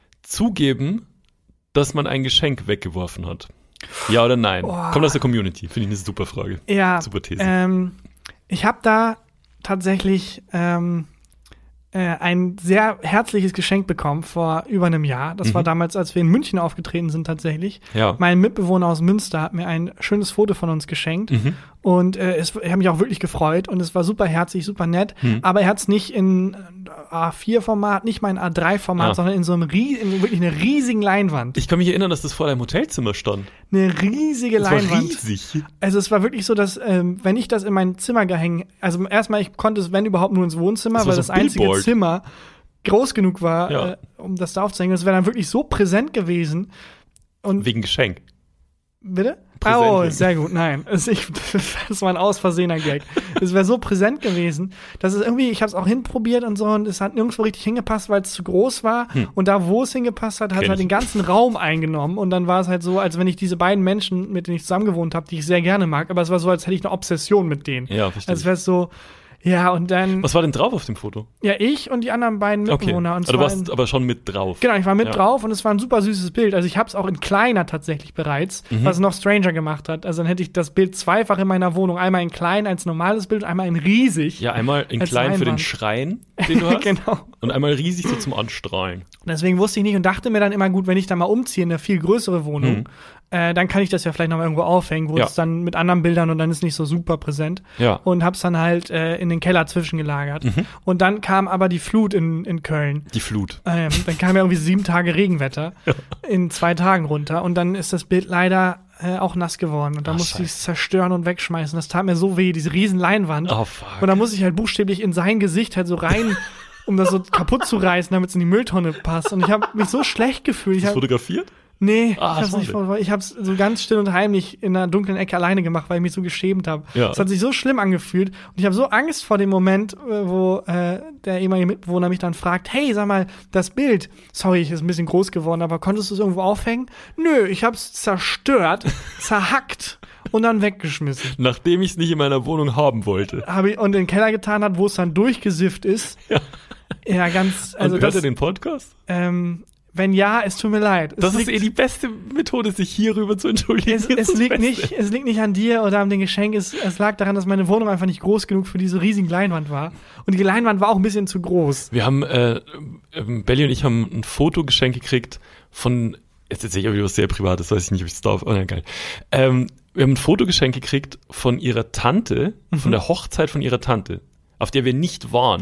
zugeben, dass man ein Geschenk weggeworfen hat. Ja oder nein? Boah. Kommt aus der Community. Finde ich eine super Frage. Ja. Super These. Ähm, ich habe da tatsächlich ähm, äh, ein sehr herzliches Geschenk bekommen vor über einem Jahr. Das mhm. war damals, als wir in München aufgetreten sind tatsächlich. Ja. Mein Mitbewohner aus Münster hat mir ein schönes Foto von uns geschenkt. Mhm. Und äh, es, ich habe mich auch wirklich gefreut. Und es war super herzlich, super nett. Mhm. Aber er hat es nicht in A vier Format, nicht mal in A drei Format, ah. sondern in so einem rie- in wirklich einer riesigen Leinwand. Ich kann mich erinnern, dass das vor deinem Hotelzimmer stand. Eine riesige das Leinwand. War riesig. Also es war wirklich so, dass ähm, wenn ich das in mein Zimmer gehängt, also erstmal, ich konnte es, wenn überhaupt, nur ins Wohnzimmer, das weil so das einzige Billboard. Zimmer groß genug war, ja. äh, um das da aufzuhängen. Das wäre dann wirklich so präsent gewesen. Und wegen Geschenk. Bitte? Präsent oh, wegen. sehr gut, nein. Das, ich, das war ein aus Versehener Gag. Es wäre so präsent gewesen, dass es irgendwie, ich habe es auch hinprobiert und so, und es hat nirgendwo richtig hingepasst, weil es zu groß war. Hm. Und da, wo es hingepasst hat, hat es halt den ganzen Raum eingenommen. Und dann war es halt so, als wenn ich diese beiden Menschen, mit denen ich zusammen gewohnt habe, die ich sehr gerne mag, aber es war so, als hätte ich eine Obsession mit denen. Ja, verstehe. Als wäre es so, ja, und dann. Was war denn drauf auf dem Foto? Ja, ich und die anderen beiden Mitbewohner. Okay. Und also du warst aber schon mit drauf. Genau, ich war mit ja. drauf und es war ein super süßes Bild. Also ich habe es auch in kleiner tatsächlich bereits, mhm. was noch Stranger gemacht hat. Also dann hätte ich das Bild zweifach in meiner Wohnung. Einmal in klein als normales Bild, einmal in riesig. Ja, einmal in klein für den Schrein, den du hast. Genau. Und einmal riesig so zum Anstrahlen. Deswegen wusste ich nicht und dachte mir dann immer, gut, wenn ich da mal umziehe in eine viel größere Wohnung, mhm. äh, dann kann ich das ja vielleicht noch mal irgendwo aufhängen, wo ja. es dann mit anderen Bildern und dann ist nicht so super präsent. Ja. Und hab's dann halt äh, in den Keller zwischengelagert. Mhm. Und dann kam aber die Flut in, in Köln. Die Flut. Ähm, dann kam ja irgendwie sieben Tage Regenwetter ja. in zwei Tagen runter und dann ist das Bild leider äh, auch nass geworden und dann Ach, musste ich es zerstören und wegschmeißen. Das tat mir so weh, diese riesen Leinwand. Oh, fuck. Und dann musste ich halt buchstäblich in sein Gesicht halt so rein, um das so kaputt zu reißen, damit es in die Mülltonne passt. Und ich habe mich so schlecht gefühlt. Ich Hast hab, du fotografiert? Nee, ah, ich hab's nicht vor, ich hab's so ganz still und heimlich in einer dunklen Ecke alleine gemacht, weil ich mich so geschämt habe. Es ja. hat sich so schlimm angefühlt und ich habe so Angst vor dem Moment, wo äh, der ehemalige Mitbewohner mich dann fragt, hey, sag mal, das Bild, sorry, ist ein bisschen groß geworden, aber konntest du es irgendwo aufhängen? Nö, ich hab's zerstört, zerhackt und dann weggeschmissen. Nachdem ich es nicht in meiner Wohnung haben wollte. Hab ich und in den Keller getan hat, wo es dann durchgesifft ist. Ja, ja ganz. Also und hört das, er den Podcast? Ähm, Wenn ja, es tut mir leid. Es das liegt, ist eh die beste Methode, sich hierüber zu entschuldigen. Es, es, liegt nicht, es liegt nicht an dir oder an dem Geschenk. Es, es lag daran, dass meine Wohnung einfach nicht groß genug für diese riesige Leinwand war. Und die Leinwand war auch ein bisschen zu groß. Wir haben, äh, Belly und ich haben ein Fotogeschenk gekriegt von, jetzt erzähle ich aber wieder was sehr Privates, weiß ich nicht, ob ich es darf. Oh nein, geil. Ähm, wir haben ein Fotogeschenk gekriegt von ihrer Tante, mhm. von der Hochzeit von ihrer Tante, auf der wir nicht waren.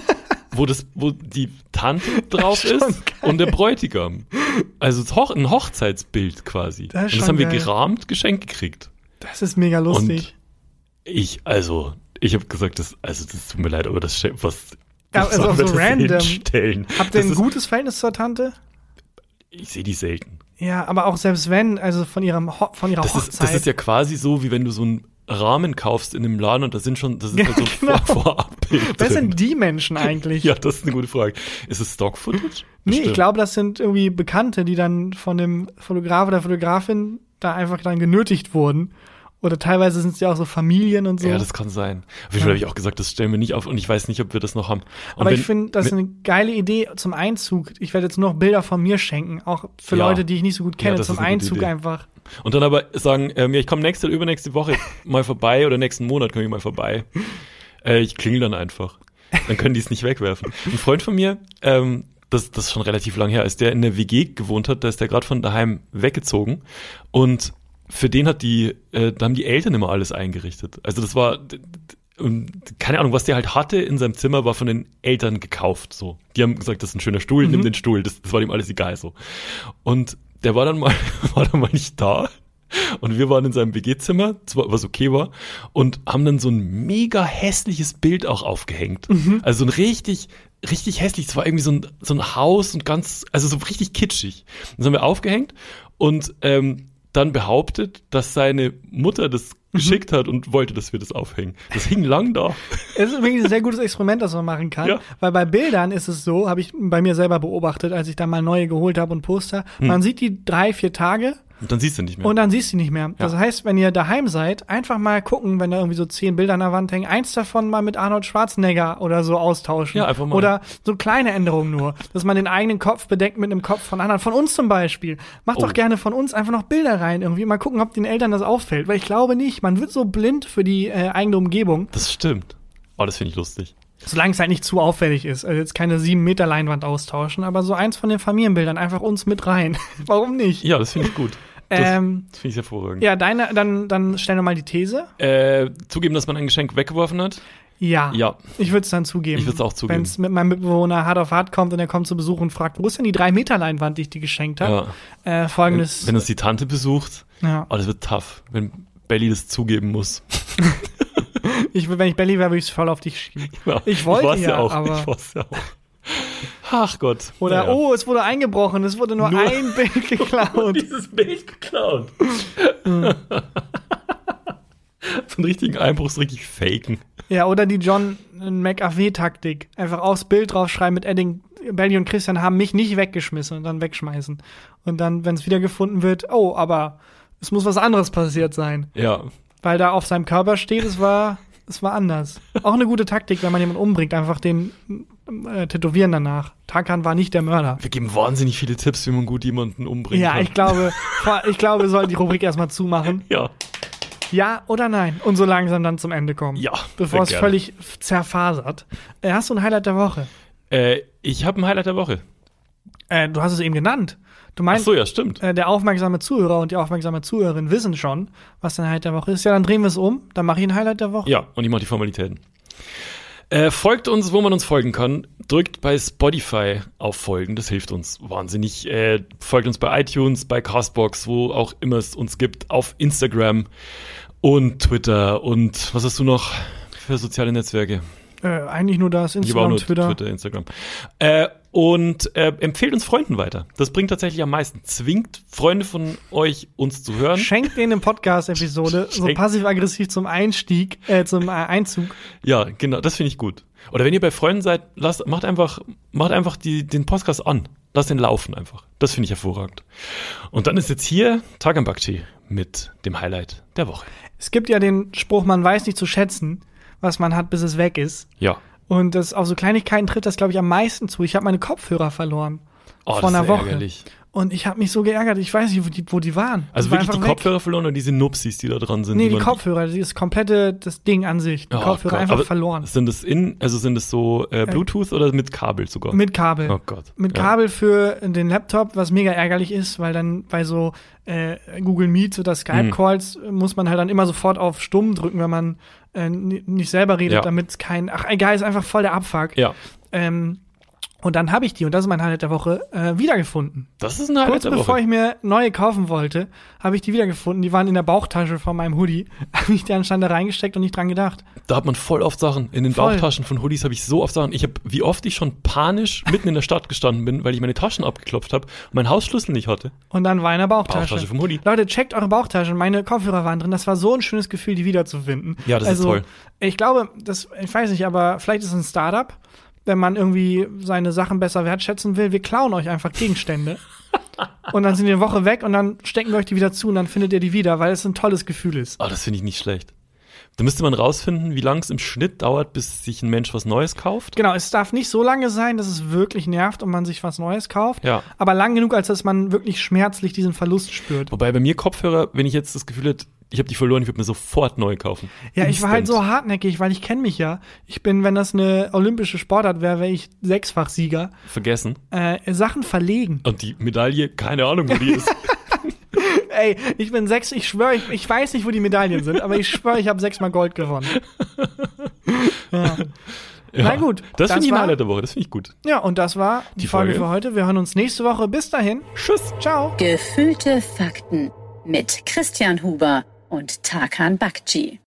wo das, wo die Tante drauf ist geil. Und der Bräutigam. Also ein Hochzeitsbild quasi. Das und das haben geil. wir gerahmt geschenkt gekriegt. Das ist mega lustig. Und ich, also, ich habe gesagt, das, also das tut mir leid, aber das was, ja, also auch so random. Hinstellen? Habt ihr das ein ist, gutes Verhältnis zur Tante? Ich sehe die selten. Ja, aber auch selbst wenn, also von ihrem Ho- von ihrer das Hochzeit. Ist, das ist ja quasi so, wie wenn du so ein Rahmen kaufst in einem Laden und da sind schon, das ist halt so genau. vor, Vorabbild Wer drin. sind die Menschen eigentlich? Ja, das ist eine gute Frage. Ist es Stock-Footage? Nee, ich glaube, das sind irgendwie Bekannte, die dann von dem Fotograf oder Fotografin da einfach dann genötigt wurden. Oder teilweise sind es ja auch so Familien und so. Ja, das kann sein. Auf jeden Fall habe ich auch gesagt, das stellen wir nicht auf und ich weiß nicht, ob wir das noch haben. Und aber wenn, ich finde, das ist eine geile Idee zum Einzug. Ich werde jetzt nur noch Bilder von mir schenken, auch für ja. Leute, die ich nicht so gut kenne, ja, zum Einzug einfach. Und dann aber sagen, ähm, ja, ich komme nächste oder übernächste Woche mal vorbei oder nächsten Monat komme ich mal vorbei. Äh, ich klingel dann einfach. Dann können die es nicht wegwerfen. Ein Freund von mir, ähm, das, das ist schon relativ lang her, als der in der W G gewohnt hat, da ist der gerade von daheim weggezogen und für den hat die, äh, da haben die Eltern immer alles eingerichtet. Also das war, und keine Ahnung, was der halt hatte in seinem Zimmer, war von den Eltern gekauft, so. Die haben gesagt, das ist ein schöner Stuhl, mhm. nimm den Stuhl, das, das war ihm alles egal, so. Und der war dann mal, war dann mal nicht da. Und wir waren in seinem W G-Zimmer, was okay war, und haben dann so ein mega hässliches Bild auch aufgehängt. Mhm. Also so ein richtig, richtig hässlich. Es war irgendwie so ein, so ein Haus und ganz, also so richtig kitschig. Das haben wir aufgehängt und ähm, dann behauptet, dass seine Mutter das geschickt hat und wollte, dass wir das aufhängen. Das hing lang da. Es ist übrigens ein sehr gutes Experiment, das man machen kann. Ja. Weil bei Bildern ist es so, habe ich bei mir selber beobachtet, als ich da mal neue geholt habe und Poster. Hm. Man sieht die drei, vier Tage. Und dann siehst du nicht mehr. Und dann siehst du nicht mehr. Ja. Das heißt, wenn ihr daheim seid, einfach mal gucken, wenn da irgendwie so zehn Bilder an der Wand hängen, eins davon mal mit Arnold Schwarzenegger oder so austauschen. Ja, einfach mal. Oder so kleine Änderungen nur. Dass man den eigenen Kopf bedeckt mit einem Kopf von anderen. Von uns zum Beispiel. Macht Oh. doch gerne von uns einfach noch Bilder rein irgendwie. Mal gucken, ob den Eltern das auffällt. Weil ich glaube nicht. Man wird so blind für die äh, eigene Umgebung. Das stimmt. Oh, das finde ich lustig. Solange es halt nicht zu auffällig ist. Also jetzt keine sieben Meter Leinwand austauschen, aber so eins von den Familienbildern einfach uns mit rein. Warum nicht? Ja, das finde ich gut. Das, ähm, das finde ich hervorragend. Ja, deine, dann, dann stell noch mal die These. Äh, zugeben, dass man ein Geschenk weggeworfen hat? Ja. Ja. Ich würde es dann zugeben. Ich würde es auch zugeben. Wenn es mit meinem Mitbewohner hart auf hart kommt und er kommt zu Besuch und fragt, wo ist denn die drei Meter Leinwand, die ich dir geschenkt habe? Ja. Äh, folgendes. Wenn, wenn uns die Tante besucht, ja. oh, das wird tough, wenn Belly das zugeben muss. ich, wenn ich Belly wäre, würde ich es voll auf dich schieben. Ja, ich wollte ich ja, ja auch. aber Ich weiß ja auch. Ach Gott. Oder, naja. oh, es wurde eingebrochen, es wurde nur, nur ein Bild geklaut. Dieses Bild geklaut. so einen richtigen Einbruch, so richtig faken. Ja, oder die John McAfee-Taktik. Einfach aufs Bild draufschreiben mit Edding, Belly und Christian haben mich nicht weggeschmissen und dann wegschmeißen. Und dann, wenn es wiedergefunden wird, oh, aber es muss was anderes passiert sein. Ja. Weil da auf seinem Körper steht, es war, es war anders. Auch eine gute Taktik, wenn man jemanden umbringt, einfach den äh, tätowieren danach. Tarkan war nicht der Mörder. Wir geben wahnsinnig viele Tipps, wie man gut jemanden umbringen ja, kann. ich glaube, ich glaube, wir sollten die Rubrik erstmal zumachen. Ja. Ja oder nein? Und so langsam dann zum Ende kommen. Ja. Bevor es gerne. völlig zerfasert. Äh, hast du ein Highlight der Woche? Äh, ich habe ein Highlight der Woche. Äh, du hast es eben genannt. Du meinst, Ach so, ja, stimmt. Äh, der aufmerksame Zuhörer und die aufmerksame Zuhörerin wissen schon, was dein Highlight der Woche ist. Ja, dann drehen wir es um. Dann mache ich ein Highlight der Woche. Ja, und ich mache die Formalitäten. Äh, folgt uns, wo man uns folgen kann. Drückt bei Spotify auf Folgen. Das hilft uns wahnsinnig. Äh, folgt uns bei iTunes, bei Castbox, wo auch immer es uns gibt. Auf Instagram und Twitter. Und was hast du noch für soziale Netzwerke? Äh, eigentlich nur das, Ich habe auch Instagram, nur Twitter. Twitter, Instagram. Äh, und äh, empfehlt uns Freunden weiter. Das bringt tatsächlich am meisten. Zwingt Freunde von euch, uns zu hören. Schenkt denen eine Podcast-Episode, so Schenkt. passiv-aggressiv zum Einstieg, äh, zum äh, Einzug. Ja, genau, das finde ich gut. Oder wenn ihr bei Freunden seid, lasst, macht einfach, macht einfach die, den Podcast an. Lasst den laufen einfach. Das finde ich hervorragend. Und dann ist jetzt hier Tarkan Bakci mit dem Highlight der Woche. Es gibt ja den Spruch, man weiß nicht zu schätzen, was man hat, bis es weg ist. Ja. Und das auf so Kleinigkeiten tritt das, glaube ich, am meisten zu. Ich habe meine Kopfhörer verloren. Oh, vor das einer ist Woche. ärgerlich. Und ich habe mich so geärgert. Ich weiß nicht, wo die, wo die waren. Also Die waren wirklich die einfach weg. Kopfhörer verloren oder diese Nupsis, die da dran sind? Nee, die man- Kopfhörer, das komplette, das Ding an sich. Die Oh Kopfhörer Gott. einfach Aber verloren. Sind das in, also sind das so äh, Bluetooth oder mit Kabel sogar? Mit Kabel. Oh Gott. Mit Ja. Kabel für den Laptop, was mega ärgerlich ist, weil dann bei so äh, Google Meet oder Skype-Calls Mhm. muss man halt dann immer sofort auf Stumm drücken, wenn man äh, n- nicht selber redet, Ja. damit es kein, ach egal, ist einfach voll der Abfuck. Ja, Ähm, und dann habe ich die, und das ist mein Highlight der Woche, äh, wiedergefunden. das ist ein Highlight Kurz der bevor Woche. ich mir neue kaufen wollte, habe ich die wiedergefunden. Die waren in der Bauchtasche von meinem Hoodie. Habe ich die anscheinend da reingesteckt und nicht dran gedacht. Da hat man voll oft Sachen. In den Voll. Bauchtaschen von Hoodies habe ich so oft Sachen. Ich habe, wie oft ich schon panisch mitten in der Stadt gestanden bin, weil ich meine Taschen abgeklopft habe und meinen Hausschlüssel nicht hatte. Und dann war in der Bauchtasche. Bauchtasche vom Hoodie. Leute, checkt eure Bauchtaschen. Meine Kopfhörer waren drin. Das war so ein schönes Gefühl, die wiederzufinden. Ja, das ist also, toll. Ich glaube, das, ich weiß nicht, aber vielleicht ist es ein Startup, wenn man irgendwie seine Sachen besser wertschätzen will. Wir klauen euch einfach Gegenstände. Und dann sind die eine Woche weg und dann stecken wir euch die wieder zu und dann findet ihr die wieder, weil es ein tolles Gefühl ist. Ah, das finde ich nicht schlecht. Da müsste man rausfinden, wie lange es im Schnitt dauert, bis sich ein Mensch was Neues kauft. Genau, es darf nicht so lange sein, dass es wirklich nervt und man sich was Neues kauft. Ja. Aber lang genug, als dass man wirklich schmerzlich diesen Verlust spürt. Wobei bei mir Kopfhörer, wenn ich jetzt das Gefühl hätte, ich habe die verloren, ich würde mir sofort neu kaufen. Ja, ich war halt Instant. so hartnäckig, weil ich kenne mich ja. Ich bin, wenn das eine olympische Sportart wäre, wäre ich Sechsfach-Sieger. Vergessen. Äh, Sachen verlegen. Und die Medaille, keine Ahnung, wo die ist. ey, ich bin sechs, ich schwöre, ich, ich weiß nicht, wo die Medaillen sind, aber ich schwöre, ich habe sechsmal Gold gewonnen. Ja. Ja, Na gut. Das, das finde ich war, ein Highlight der Woche, das finde ich gut. Ja, und das war die, die Folge, Folge für heute. Wir hören uns nächste Woche. Bis dahin. Tschüss. Ciao. Gefühlte Fakten mit Christian Huber und Tarkan Bakci.